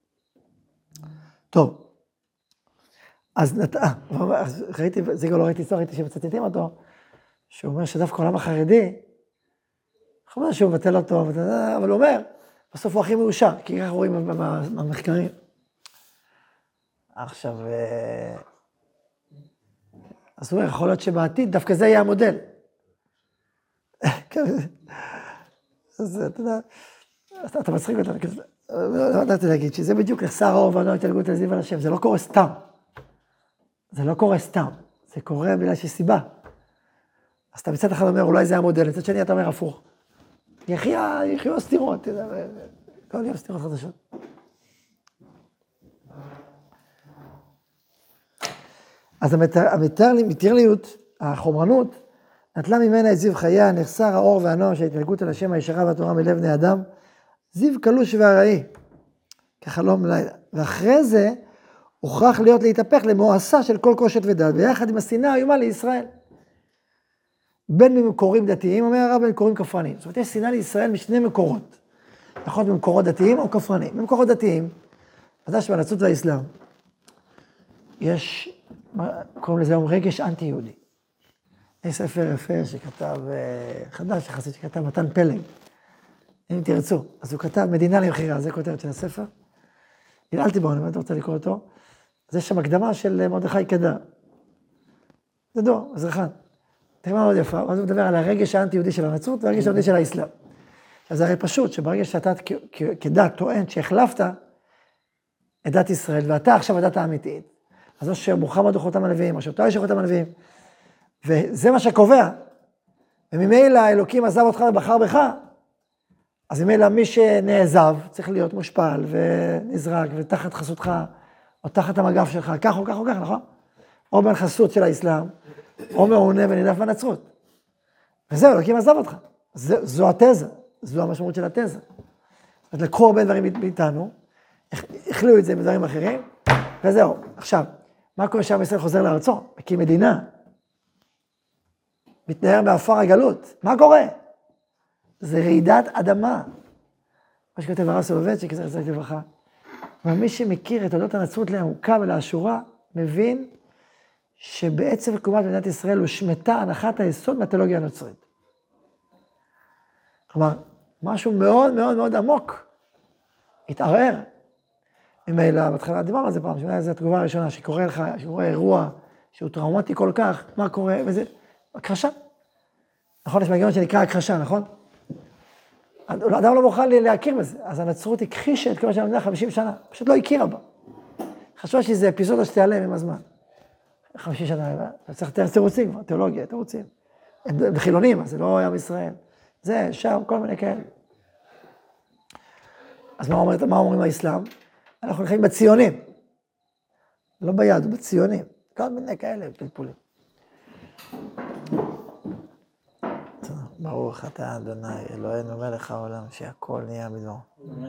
[SPEAKER 1] טוב, אז ראיתי, זה גם לא ראיתי סוף, ראיתי שמצטטים אותו, שהוא אומר שדווקא עולם החרדי, חושב שהוא מבטל אותו, אבל הוא אומר, בסוף הוא הכי מאושר, כי ככה רואים במחקרים. עכשיו, אז הוא אומר, יכול להיות שבעתיד דווקא זה יהיה המודל. אז אתה יודע, אתה מצחיק אותנו, לא ידעתי להגיד שזה בדיוק נחסר האור והנוער התעלגות על זיו על השם, זה לא קורה סתם. זה לא קורה סתם, זה קורה בגלל שיש סיבה. אז אתה מצד אחד אומר, אולי זה המודל, מצד שני אתה אומר הפוך. יחיו הסתירות, אתה יודע, כל יום סתירות חדשות. אז המטרליות, החומרנות, נטלה ממנה את זיו חייה, נחסר האור והנועם של ההתנהגות על השם הישרה והתורה מלב בני אדם, זיו קלוש והרעי, כחלום לילה. ואחרי זה, הוכרח להיות להתהפך למואסה של כל קושת ודת, ביחד עם השנאה האיומה לישראל. בין ממקורים דתיים, אומר הרב, בין מקורים כפרניים. זאת אומרת, יש שנאה לישראל משני מקורות. יכול להיות ממקורות דתיים או כפרניים. במקורות דתיים, אתה שבנצרות והאסלאם, יש, קוראים לזה היום רגש אנטי-יהודי. יש ספר יפה שכתב, חדש יחסית, שכתב מתן פלג, אם תרצו. אז הוא כתב מדינה למכירה, זה כותרת של הספר. ננעלתי בו, אני באמת רוצה לקרוא אותו. אז יש שם הקדמה של מרדכי קדר. זה דור, מזרחן. תקמה מאוד יפה, אז הוא מדבר על הרגש האנטי-יהודי של הנצרות והרגש האנטי של האסלאם. אז זה הרי פשוט, שברגע שאתה כדת טוען שהחלפת את דת ישראל, ואתה עכשיו הדת האמיתית, אז או שמוחמד הוא חותם הנביאים, או שאותו יש חותם הנביאים, וזה מה שקובע, וממילא האלוקים עזב אותך ובחר בך, אז ממילא מי שנעזב צריך להיות מושפל ונזרק ותחת חסותך, או תחת המגף שלך, כך או כך או כך, נכון? או בין חסות של האסלאם, או מעונה ונידף בנצרות. וזהו, אלוקים עזב אותך. זו התזה, זו המשמעות של התזה. אז לקחו הרבה דברים מאיתנו, הכלו את זה בדברים אחרים, וזהו. עכשיו, מה קורה שעם ישראל חוזר לארצו? מקים מדינה. מתנער מאפר הגלות. מה קורה? זה רעידת אדמה. מה שכותב הרב סולובייצ'יק, זה רצית לברכה. אבל מי שמכיר את תולדות הנצרות לעמוקה ולאשורה, מבין שבעצם תקומת מדינת ישראל הושמטה הנחת היסוד מהתיאולוגיה הנוצרית. כלומר, משהו מאוד מאוד מאוד עמוק התערער. ממילא, בהתחלה דיברנו על זה פעם, שאולי זו התגובה הראשונה, שקורה לך, שקורה אירוע שהוא טראומטי כל כך, מה קורה, וזה, הכחשה. נכון, יש מנגנון שנקרא הכחשה, נכון? האדם לא מוכן להכיר בזה, אז הנצרות הכחישה את כל מה שלמדה חמישים שנה, פשוט לא הכירה בה. חשבה שזה אפיזודה שתיעלם עם הזמן. חמישים שנה, אתה צריך יותר תירוצים, תיאולוגיה, תירוצים. הם חילונים, אז זה לא עם ישראל. זה, שם, כל מיני כאלה. אז מה, אומר, מה אומרים האסלאם? אנחנו הולכים בציונים. לא ביד, בציונים. כל מיני כאלה, פלפולים. ברוך אתה אדוני, אלוהינו מלך העולם, שהכל נהיה בדברו.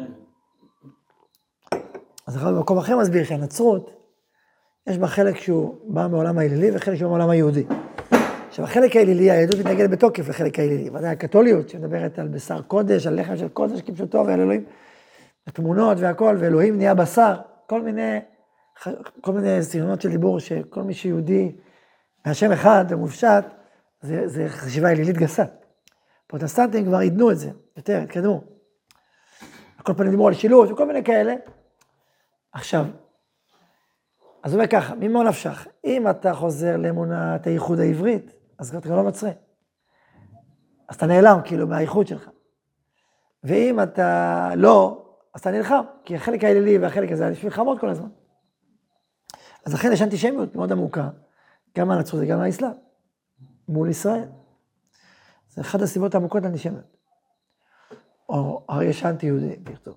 [SPEAKER 1] אז אחד במקום אחר מסביר שהנצרות, יש בה חלק שהוא בא מעולם האלילי וחלק שהוא מעולם היהודי. עכשיו, החלק האלילי, היהדות מתנגדת בתוקף לחלק האלילי. ודאי הקתוליות שמדברת על בשר קודש, על לחם של קודש כפשוטו ועל אלוהים, התמונות והכל, ואלוהים נהיה בשר, כל מיני, כל מיני סגנונות של דיבור שכל מי שיהודי, מהשם אחד ומופשט, זה, זה חשיבה אלילית גסה. פרוטסטנטים כבר עידנו את זה, יותר, התקדמו. כל פעמים דיברו על שילוש וכל מיני כאלה. עכשיו, אז הוא אומר ככה, ממה נפשך? אם אתה חוזר לאמונת הייחוד העברית, אז אתה לא נוצרי. אז אתה נעלם, כאילו, מהייחוד שלך. ואם אתה לא, אז אתה נלחם, כי החלק האלילי והחלק הזה, יש מלחמות כל הזמן. אז לכן יש אנטישמיות מאוד עמוקה, גם מהנצרות וגם מהאסלאם, מול ישראל. זה אחת הסיבות העמוקות לאנטישמיות. או הרי יש אנטי-יהודי, בכתוב.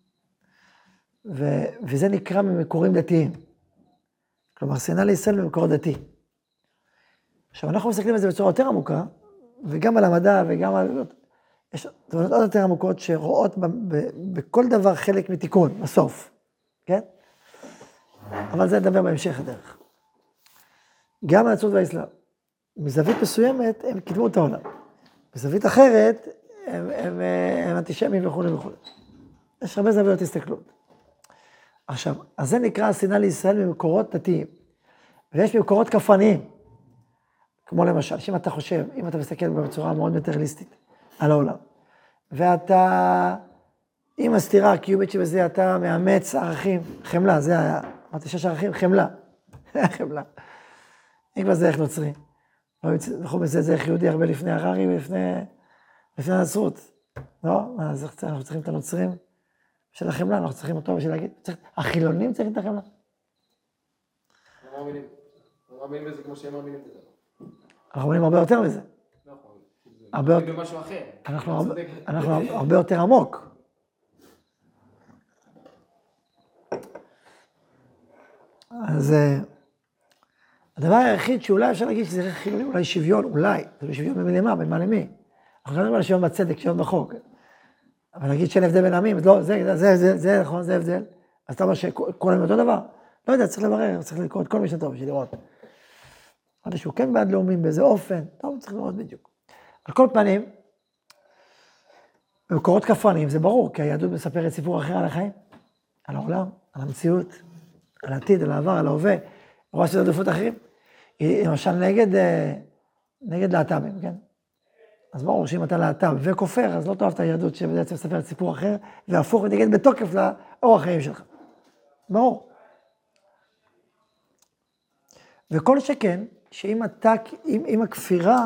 [SPEAKER 1] ו- וזה נקרא ממקורים דתיים. כלומר, שנאה לישראל במקור דתי. עכשיו, אנחנו מסתכלים על זה בצורה יותר עמוקה, וגם על המדע וגם על... יש תובנות עוד יותר עמוקות שרואות ב- ב- בכל דבר חלק מתיקון, בסוף. כן? אבל זה נדבר בהמשך הדרך. גם הנצרות והאסלאם, מזווית מסוימת, הם קידמו את העולם. בזווית אחרת, הם, הם, הם אנטישמים וכו' וכו'. יש הרבה זוויות הסתכלות. עכשיו, אז זה נקרא השנאה לישראל ממקורות דתיים. ויש ממקורות כפרניים. כמו למשל, שאם אתה חושב, אם אתה מסתכל בצורה מאוד מטריאליסטית על העולם, ואתה, עם הסתירה הקיומית שבזה, אתה מאמץ ערכים, חמלה, זה היה, אמרתי שש ערכים, חמלה. חמלה. אם כבר זה איך נוצרי. אנחנו בזה זה איך יהודי הרבה לפני הררי ולפני לפני הנצרות. לא? אז אנחנו צריכים את הנוצרים של החמלה, אנחנו צריכים אותו בשביל להגיד, החילונים צריכים את החמלה.
[SPEAKER 4] לא מאמינים. לא מאמינים בזה כמו שהם מאמינים בזה.
[SPEAKER 1] אנחנו מאמינים הרבה יותר מזה. הרבה יותר...
[SPEAKER 4] במשהו אחר.
[SPEAKER 1] אנחנו הרבה יותר עמוק. אז הדבר היחיד שאולי אפשר להגיד שזה חילונים, אולי שוויון, אולי, זה לא שוויון מלמה, בין מה למי. אנחנו לא מדברים על שוויון בצדק, שוויון בחוק. אבל להגיד שאין הבדל בין עמים, לא, זה, זה, זה, זה, נכון, זה הבדל. אז אתה אומר שכולם אותו דבר? לא יודע, צריך לברר, צריך לקרוא את כל משנתו בשביל לראות. אמרתי שהוא כן בעד לאומים באיזה אופן, טוב, צריך לראות בדיוק. על כל פנים, במקורות כפרניים זה ברור, כי היהדות מספרת סיפור אחר על החיים, על העולם, על המציאות, על העתיד, על העבר, על ההווה, רואה שזה עדיפות אחרים. היא למשל נגד, נגד להט"בים, כן? אז ברור שאם אתה להט"ב וכופר, אז לא תאהב את היהדות שבעצם מספרת סיפור אחר, והפוך ונגד בתוקף לאורח החיים שלך. ברור. וכל שכן, שאם אתה, אם, אם הכפירה,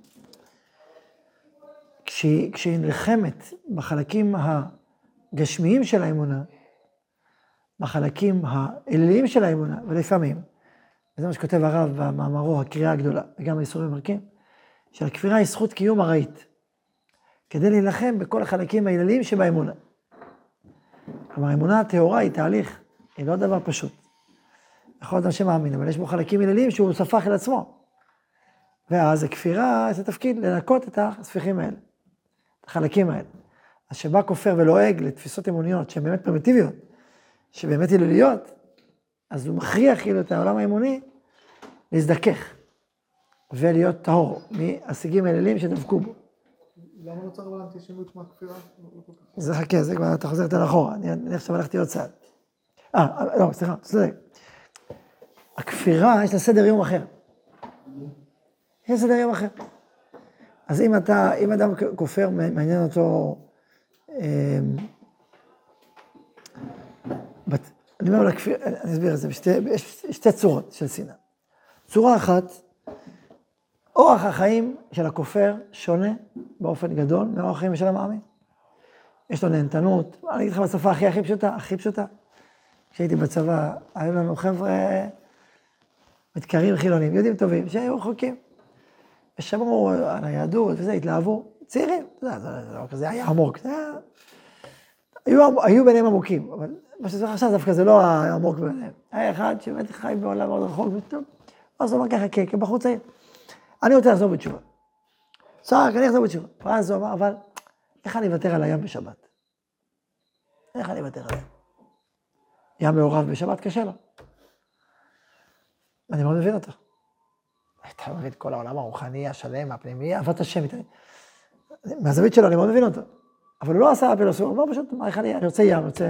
[SPEAKER 1] כשהיא, כשהיא נלחמת בחלקים הגשמיים של האמונה, בחלקים האליליים של האמונה, ולפעמים, וזה מה שכותב הרב במאמרו, הקריאה הגדולה, וגם האיסורים המרקים, שהכפירה היא זכות קיום ארעית, כדי להילחם בכל החלקים האליליים שבאמונה. כלומר, האמונה הטהורה היא תהליך, היא לא דבר פשוט. יכול להיות אנשים מאמין, אבל יש בו חלקים אליליים שהוא ספח אל עצמו. ואז הכפירה, זה תפקיד לנקות את הספיחים האלה, את החלקים האלה. אז שבא כופר ולועג לתפיסות אמוניות שהן באמת פרימיטיביות, שבאמת אליליות, אז הוא מכריח כאילו את העולם האמוני להזדכך, ולהיות טהור מהשיגים האלילים שדבקו בו.
[SPEAKER 3] למה לא צריך באנטישמיות מהכפירה?
[SPEAKER 1] זה חכה, זה כבר, אתה חוזר יותר אחורה, אני עכשיו הלכתי עוד צעד. אה, לא, סליחה, סליחה. הכפירה, יש לה סדר יום אחר. יש סדר יום אחר. אז אם אתה, אם אדם כופר, מעניין אותו, אני אומר לכפיר, אני אסביר את זה, יש שתי צורות של שנאה. צורה אחת, אורח החיים של הכופר שונה באופן גדול מאורח החיים של המאמין. יש לו נהנתנות, אני אגיד לך בשפה הכי הכי פשוטה, הכי פשוטה. כשהייתי בצבא, היו לנו חבר'ה מתקרים חילונים, יהודים טובים, שהיו רחוקים. ושמעו על היהדות וזה, התלהבו, צעירים, זה לא כזה היה עמוק, זה היה... היו, היו ביניהם עמוקים, אבל מה שזה עכשיו דווקא זה לא העמוק ביניהם. היה אחד שבאמת חי בעולם מאוד רחוק, וטוב, אז הוא אמר ככה, כבחור צעיר. אני רוצה לחזור בתשובה. צעק, אני אחזור בתשובה. ואז הוא אמר, אבל איך אני אוותר על הים בשבת? איך אני אוותר על הים? ים מעורב בשבת קשה לו. אני מאוד מבין אותו. אתה מבין את כל העולם הרוחני, השלם, הפנימי, אהבת השם. מהזווית שלו אני מאוד מבין אותו. אבל הוא לא עשה הפילוסופיה, הוא אמר פשוט, מה, איך אני, אני רוצה ים, אני רוצה...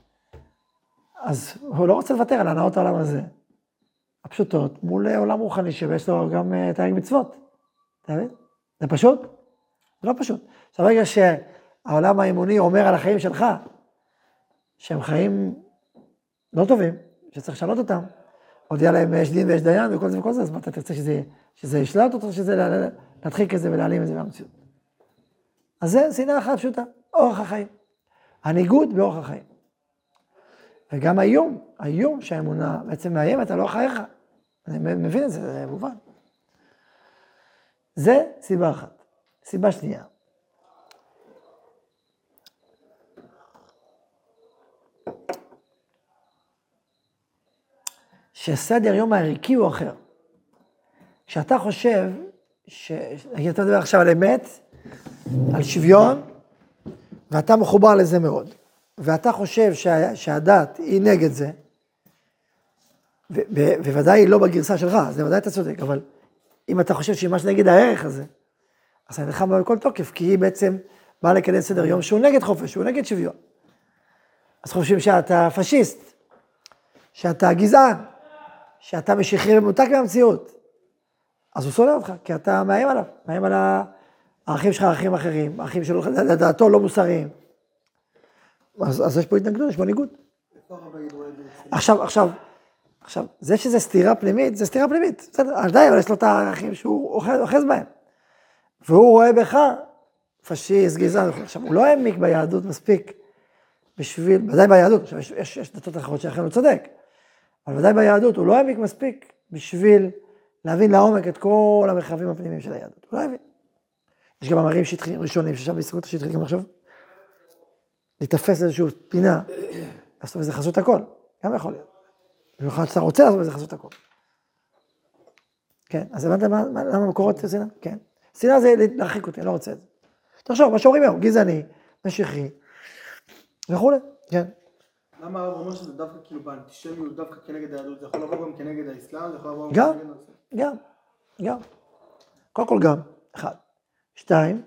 [SPEAKER 1] אז הוא לא רוצה לוותר על הנאות העולם הזה. הפשוטות, מול עולם רוחני שיש לו גם תרי"ג מצוות. אתה מבין? זה פשוט? זה לא פשוט. עכשיו רגע שהעולם האמוני אומר על החיים שלך, שהם חיים לא טובים, שצריך לשנות אותם, הודיע להם יש דין ויש דיין וכל זה וכל זה, אז מה אתה תרצה שזה, שזה ישלט אותו, שזה להדחיק את זה ולהעלים את זה מהמציאות. אז זה שנאה אחת פשוטה, אורח החיים. הניגוד באורח החיים. וגם האיום, האיום שהאמונה בעצם מאיימת על אורח חייך. אני מבין את זה, זה מובן. זה סיבה אחת. סיבה שנייה. שסדר יום הערכי הוא אחר. כשאתה חושב, ש... אתה מדבר עכשיו על אמת, על שוויון, ואתה מחובר לזה מאוד. ואתה חושב שה... שהדת היא נגד זה, ו... ו... בוודאי היא לא בגרסה שלך, זה ודאי אתה צודק, אבל אם אתה חושב שהיא ממש נגד הערך הזה, אז אני נלחם בכל תוקף, כי היא בעצם באה לקדם סדר יום שהוא נגד חופש, שהוא נגד שוויון. אז חושבים שאתה פשיסט, שאתה גזען, שאתה משיחי ומותק מהמציאות. אז הוא שונא אותך, כי אתה מאיים עליו, מאיים על האחים שלך, האחים אחרים, האחים שלו, לדעתו לא מוסריים. אז, אז יש פה התנגדות, יש פה ניגוד. עכשיו, עכשיו, עכשיו, זה שזה סתירה פנימית, זה סתירה פנימית, בסדר, עדיין, אבל יש לו את הערכים שהוא אוחז בהם. והוא רואה בך פשיסט, גזען, עכשיו, הוא לא העמיק ביהדות מספיק, בשביל, ודאי ביהדות, עכשיו, יש, יש, יש דתות אחרות שאכן הוא צודק, אבל ודאי ביהדות, הוא לא העמיק מספיק בשביל להבין לעומק את כל המרחבים הפנימיים של היהדות. הוא לא הבין. יש גם מאמרים שטחיים ראשונים, ששם בהסתכלות השטחית גם עכשיו, להתאפס איזושהי פינה, לעשות בזה חסות הכל, גם יכול להיות. במיוחד שאתה רוצה לעשות בזה חסות הכל. כן, אז הבנת למה מקורות שנאה? כן. שנאה זה להרחיק אותי, אני לא רוצה את זה. תחשוב, מה שאומרים היום, גזעני, משיחי, וכולי, כן.
[SPEAKER 2] למה הרב אומר שזה דווקא כאילו באנטישמיות, דווקא כנגד היהדות, זה יכול לבוא גם כנגד האסלאם, זה יכול לבוא גם כנגד...
[SPEAKER 1] גם, גם, גם. קודם כל גם, אחד. שתיים,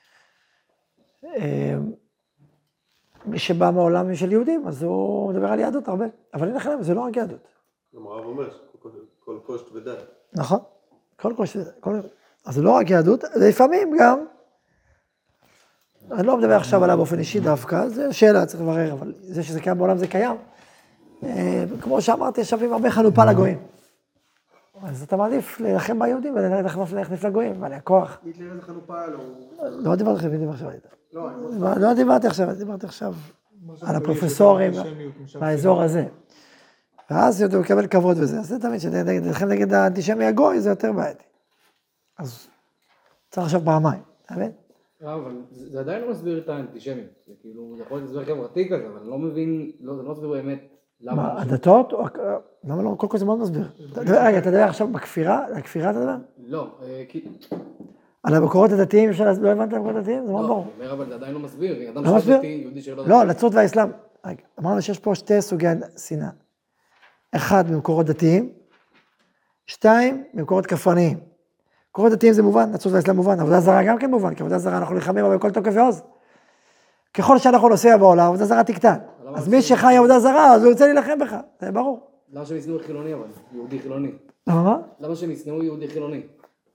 [SPEAKER 1] מי שבא מעולם של יהודים, אז הוא מדבר על יהדות הרבה. אבל אין לכם, זה לא רק יהדות.
[SPEAKER 6] גם הרב אומר, כל קושט ודת.
[SPEAKER 1] נכון, כל קושט ודת. אז זה לא רק יהדות, לפעמים גם, אני לא מדבר עכשיו עליו באופן אישי דווקא, זו שאלה, צריך לברר, אבל זה שזה קיים בעולם זה קיים. כמו שאמרתי, יש שווים הרבה חנופה לגויים. אז אתה מעדיף להילחם ביהודים ולהכניס לגויים, ועלי הכוח.
[SPEAKER 2] היטלר איזה חנופה היה לו?
[SPEAKER 1] לא דיברתי עכשיו, דיברתי עכשיו.
[SPEAKER 2] לא,
[SPEAKER 1] לא דיברתי עכשיו, דיברתי עכשיו על הפרופסורים באזור הזה. ואז הוא מקבל כבוד וזה, אז זה תמיד שנלחם נגד האנטישמי הגוי, זה יותר בעייתי. אז צריך עכשיו פעמיים, אתה מבין?
[SPEAKER 4] אבל זה עדיין לא מסביר את האנטישמיות, זה כאילו, זה יכול להיות הסבר חברתי כזה, אבל אני לא מבין, זה לא מסביר באמת למה...
[SPEAKER 1] מה, הדתות? למה לא? כל כך זה מאוד מסביר. רגע, אתה יודע עכשיו בכפירה? לכפירה אתה יודע?
[SPEAKER 4] לא, כי...
[SPEAKER 1] על המקורות הדתיים, לא הבנת על המקורות הדתיים? זה מאוד ברור.
[SPEAKER 4] לא, אבל זה עדיין לא מסביר.
[SPEAKER 1] לא מסביר?
[SPEAKER 4] שלא...
[SPEAKER 1] לא, הנצרות והאסלאם. אמרנו שיש פה שתי סוגי שנאה. אחד, ממקורות דתיים, שתיים, ממקורות כפרניים. מקורות דתיים זה מובן, נצרות והאסלאם מובן, עבודה זרה גם כן מובן, כי עבודה זרה אנחנו נלחמים אבל בכל תוקף ועוז. ככל שאנחנו נוסע בעולם, עבודה זרה תקטן. אז מי שחי עבודה זרה, אז הוא יוצא להילחם בך, זה ברור.
[SPEAKER 4] למה שהם ישנאו חילוני אבל? יהודי חילוני.
[SPEAKER 1] למה מה?
[SPEAKER 4] למה שהם ישנאו יהודי חילוני?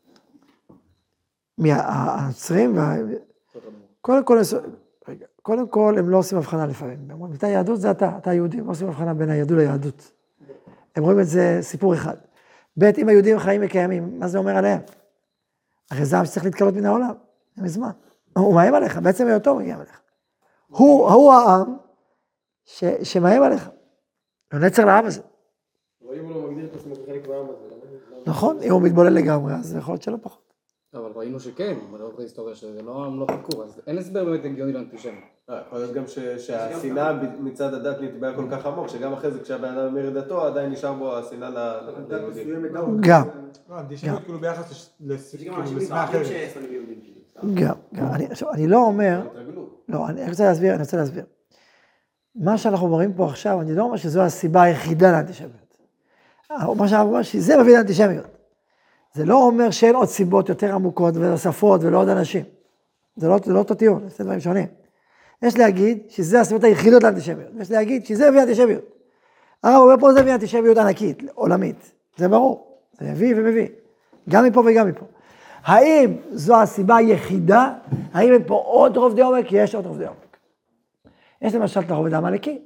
[SPEAKER 1] מהעצרים וה... קודם כל, רגע, קודם כל הם לא עושים הבחנה לפעמים. הם אומרים, אתה יהדות זה אתה, אתה יהודי, לא עושים הבחנה בין היהדות ליהדות. הם רואים את זה סיפור אחד. ב' אם היהודים חיים וקיימים, מה זה אומר עליהם? הרי זעם שצריך להתקלות מן העולם, זה מזמן. הוא מאיים עליך, בעצם היותו מגיע עליך. הוא, הוא העם ש, שמאיים עליך. הוא נצר לעם הזה.
[SPEAKER 4] אבל אם הוא לא מגדיר את עצמו כחלק מהעם הזה,
[SPEAKER 1] נכון, אם הוא מתבולל לגמרי, אז יכול להיות שלא פחות.
[SPEAKER 7] אבל ראינו שכן, לאורך ההיסטוריה שזה לא, הם לא חיכו, אז אין הסבר באמת הגיוני לאנטישמיות.
[SPEAKER 6] יכול להיות גם שהשנאה מצד הדת נטבעה כל כך עמוק, שגם אחרי זה כשהבן אדם אומר דתו, עדיין נשאר בו השנאה ליהודים.
[SPEAKER 1] גם.
[SPEAKER 3] לא, אנטישמיות כאילו ביחס לשנאה אחרת.
[SPEAKER 1] גם, גם. אני לא אומר, לא, אני רוצה להסביר, אני רוצה להסביר. מה שאנחנו אומרים פה עכשיו, אני לא אומר שזו הסיבה היחידה לאנטישמיות. מה שאנחנו אומרים שזה מביא לאנטישמיות. זה לא אומר שאין עוד סיבות יותר עמוקות ונוספות ולא עוד אנשים. זה לא, זה לא אותו טיעון, זה דברים שונים. יש להגיד שזה הסיבות היחידות לאנטישמיות. יש להגיד שזה מביא אנטישמיות. הרב אומר פה זה מביא אנטישמיות ענקית, עולמית. זה ברור. זה מביא ומביא. גם מפה וגם מפה. האם זו הסיבה היחידה? האם אין פה עוד רובדי עומק? יש עוד רובדי עומק. יש למשל את הרובד העמלקי,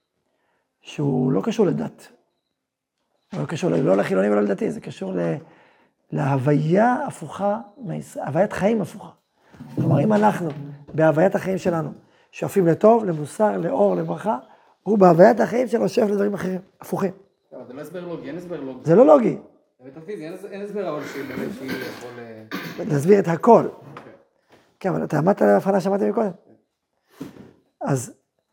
[SPEAKER 1] שהוא לא קשור לדת. הוא לא קשור לא לחילוני ולא לדתי, זה קשור ל... להוויה הפוכה, הוויית חיים הפוכה. כלומר, אם אנחנו, בהוויית החיים שלנו, שואפים לטוב, למוסר, לאור, לברכה, הוא בהוויית החיים שלו שואף לדברים אחרים, הפוכים.
[SPEAKER 7] זה לא הסבר לוגי, אין הסבר לוגי.
[SPEAKER 1] זה לא לוגי.
[SPEAKER 7] אין הסבר אבל שהיא יכול...
[SPEAKER 1] להסביר את הכל. כן, אבל אתה עמדת על ההבחנה שמעתי מקודם. אז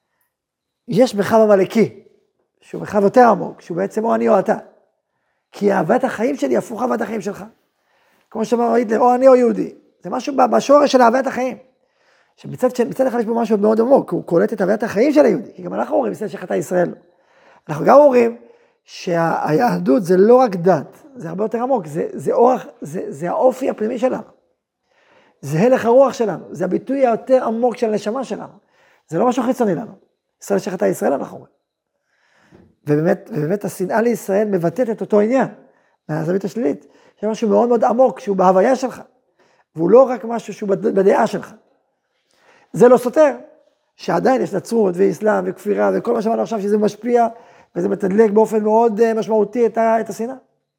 [SPEAKER 1] יש מרחב עמלקי, שהוא מרחב יותר עמוק, שהוא בעצם או אני או אתה. כי הוויית החיים שלי הפוכה הוויית החיים שלך. כמו שאמר היטלר, או אני או יהודי. זה משהו בשורש של הוויית החיים. שמצד אחד יש פה משהו מאוד עמוק, הוא קולט את הוויית החיים של היהודי. כי גם אנחנו אומרים, ישראל שחטא ישראל. אנחנו גם אומרים שהיהדות זה לא רק דת, זה הרבה יותר עמוק, זה, זה אורח, זה, זה האופי הפנימי שלנו. זה הלך הרוח שלנו, זה הביטוי היותר עמוק של הנשמה שלנו. זה לא משהו חיצוני לנו. ישראל שחטא ישראל אנחנו אומרים. ובאמת, ובאמת השנאה לישראל מבטאת את אותו עניין, מהזווית השלילית. זה משהו מאוד מאוד עמוק, שהוא בהוויה שלך, והוא לא רק משהו שהוא בדעה שלך. זה לא סותר, שעדיין יש נצרות ואסלאם וכפירה, וכל מה שאמרנו עכשיו שזה משפיע, וזה מתדלק באופן מאוד משמעותי את, את השנאה.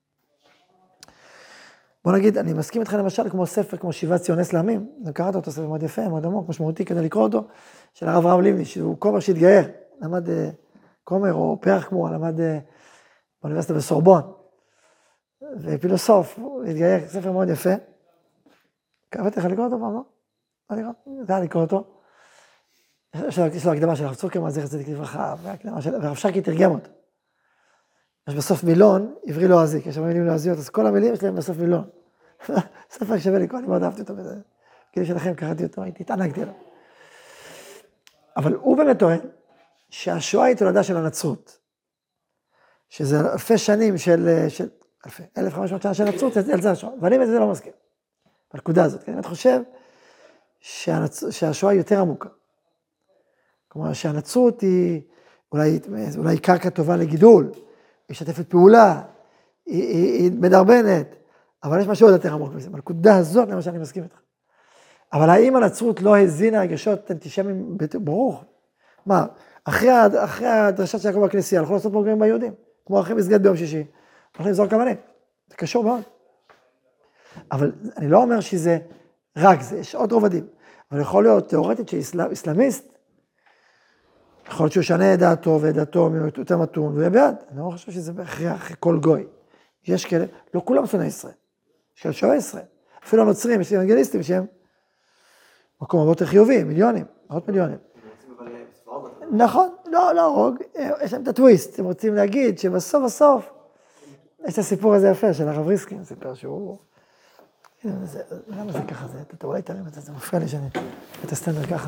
[SPEAKER 1] בוא נגיד, אני מסכים איתך למשל כמו ספר, כמו שיבת ציוני לעמים, אני קראתי אותו ספר מאוד יפה, מאוד עמוק, משמעותי כדי לקרוא אותו, של הרב רב לבני, שהוא כומר שהתגייר, למד כומר או פרח כמו, למד באוניברסיטה בסורבון, ופילוסוף, הוא התגייר, ספר מאוד יפה. קראתי לך לקרוא אותו פעם, לא? לא לקרוא? זה היה לקרוא אותו. יש לו הקדמה של הרב צוקרמן, זכר צדיק לברכה, והרב שרקי תרגם אותו. יש בסוף מילון, עברי לועזי, כי יש שם מילים לועזיות, אז כל המילים יש להם בסוף מילון. ספר שווה לקרוא, אני מאוד אהבתי אותו בזה. כאילו שלכם קראתי אותו, הייתי, התענגתי עליו. אבל הוא באמת טוען שהשואה היא תולדה של הנצרות. שזה אלפי שנים של, של אלפי, אלף וחמש מאות שנה של נצרות, על זה השואה. ואני באמת זה לא מסכים. בנקודה הזאת, כי אני באמת חושב שהנצ... שהשואה היא יותר עמוקה. כלומר, שהנצרות היא אולי, אולי קרקע טובה לגידול, היא משתפת פעולה, היא, היא, היא מדרבנת, אבל יש משהו עוד יותר עמוק בזה. בנקודה הזאת, למה שאני מסכים איתך. אבל האם הנצרות לא הזינה רגשות אנטישמיים ברוך? מה, אחרי, אחרי הדרשת של יעקב בכנסייה, הלכו לעשות פרוגרמים ביהודים, כמו אחרי מסגד ביום שישי, הלכו לזרוק אבנים. זה קשור מאוד. אבל אני לא אומר שזה רק זה, יש עוד רובדים. אבל יכול להיות תיאורטית שאיסלאמיסט, יכול להיות שהוא שנה את דעתו ואת דעתו יותר מתון, והוא יהיה בעד. אני לא חושב שזה בהכרח אחרי כל גוי. יש כאלה, לא כולם שונאי ישראל. יש כאלה שואבי ישראל. אפילו הנוצרים, יש לי אנגליסטים שהם מקום הרבה יותר חיובי, מיליונים, מאות מיליונים. נכון, לא, לא הרוג, יש להם את הטוויסט, הם רוצים להגיד שבסוף בסוף, יש את הסיפור הזה יפה של הרב ריסקין, סיפר שהוא, למה זה ככה, אתה אולי תרים את זה, זה מפריע לי שאני, את הסטנדר ככה.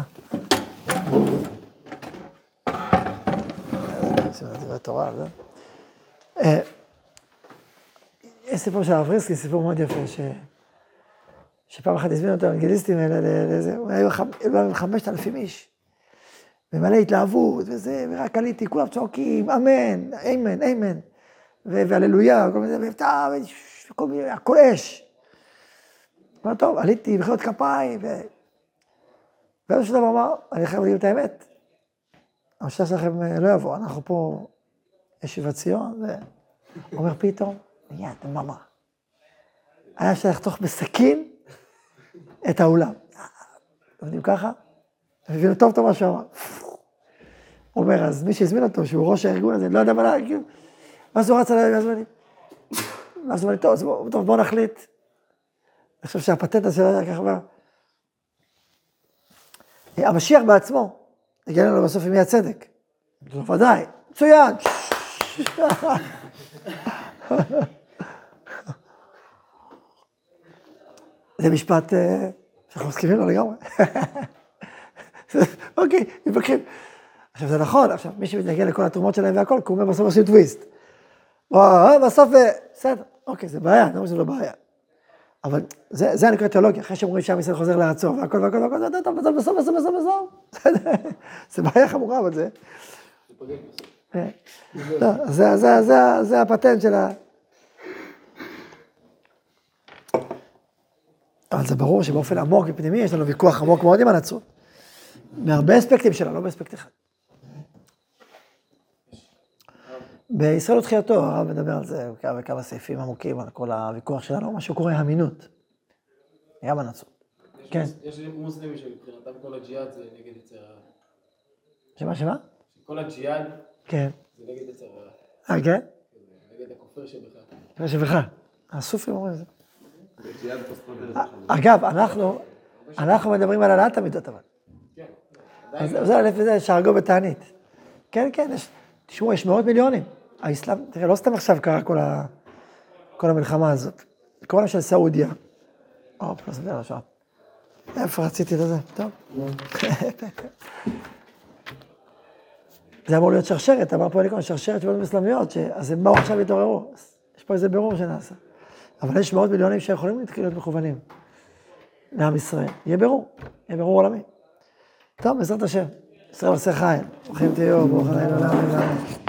[SPEAKER 1] זה תורה, זה. יש סיפור של הרב ריסקין, סיפור מאוד יפה, ש... שפעם אחת הזמינו את האנגליסטים האלה לזה, היו חמשת אלפים איש, ומלא התלהבות וזה, ורק עליתי, כולם צועקים, אמן, אמן, אמן, והללויה, וכל מיני, ואפתר, וכל מיני, הכל אש. אמר, טוב, עליתי בחיות כפיים, ו... ואיזה דבר אמר, אני חייב להגיד את האמת, המשטר שלכם לא יבוא, אנחנו פה ישיבת ציון, והוא אומר פתאום, מיד, דממה. היה אפשר לחתוך בסכין את האולם. אתם יודעים ככה? הם הבינו טוב טוב מה שהוא אמר. הוא אומר, אז מי שהזמין אותו, שהוא ראש הארגון הזה, לא יודע מה להגיד, ואז הוא רץ עליי, ואז הוא אומר לי, טוב, בואו נחליט. אני חושב שהפטנט הזה היה ככה מה. המשיח בעצמו, הגיע לנו בסוף עם מי הצדק. לא ודאי, מצוין. זה משפט שאנחנו מסכימים לו לגמרי. אוקיי, מתווכחים. עכשיו זה נכון, עכשיו מי שמתנגד לכל התרומות שלהם והכל, כי הוא אומר בסוף עושים טוויסט. בסוף, בסדר, אוקיי, זה בעיה, אני אומר שזה לא בעיה. אבל זה, זה הנקרא תיאולוגיה, אחרי שאומרים שעם ישראל חוזר לארצו, והכל והכל והכל, זה טוב, בסוף, בסוף, בסוף, בסוף, בסוף, זה בעיה חמורה, אבל זה... זה, זה, זה, זה הפטנט של ה... אבל זה ברור שבאופן עמוק ופנימי, יש לנו ויכוח עמוק מאוד עם הנצרות. מהרבה אספקטים שלה, לא באספקט אחד. בישראל ותחייתו, הרב מדבר על זה בכמה סעיפים עמוקים, על כל הוויכוח שלנו, מה שהוא קורא אמינות. היה בנצרות. כן.
[SPEAKER 4] יש מוסלמים שמבחינתם כל הג'יהאד זה נגד יצר הרע.
[SPEAKER 1] שמה, שמה?
[SPEAKER 4] כל הג'יהאד
[SPEAKER 1] כן.
[SPEAKER 4] זה נגד יצר הרע.
[SPEAKER 1] אה, כן?
[SPEAKER 4] נגד הכופר שבך.
[SPEAKER 1] כופר שבך. הסופים אומרים את זה. אגב, אנחנו, אנחנו מדברים על העלאת המידות, אבל. כן. זה לפי זה שהרגו בתענית. כן, כן, יש, תשמעו, יש מאות מיליונים. האסלאם, תראה, לא סתם עכשיו קרה כל, ה, כל המלחמה הזאת. כל מה של סעודיה. או, פלוס זה עכשיו. איפה רציתי את זה? טוב. זה אמור להיות שרשרת, אמר פה אליקון, שרשרת שבאות מסלמיות, אז הם באו עכשיו להתעוררו. יש פה איזה בירור שנעשה. אבל יש מאות מיליונים שיכולים להיות מכוונים לעם ישראל. יהיה בירור, יהיה בירור עולמי. טוב, בעזרת השם. ישראל עושה חיים. ברוכים תהיו, ברוך ה' לעולם.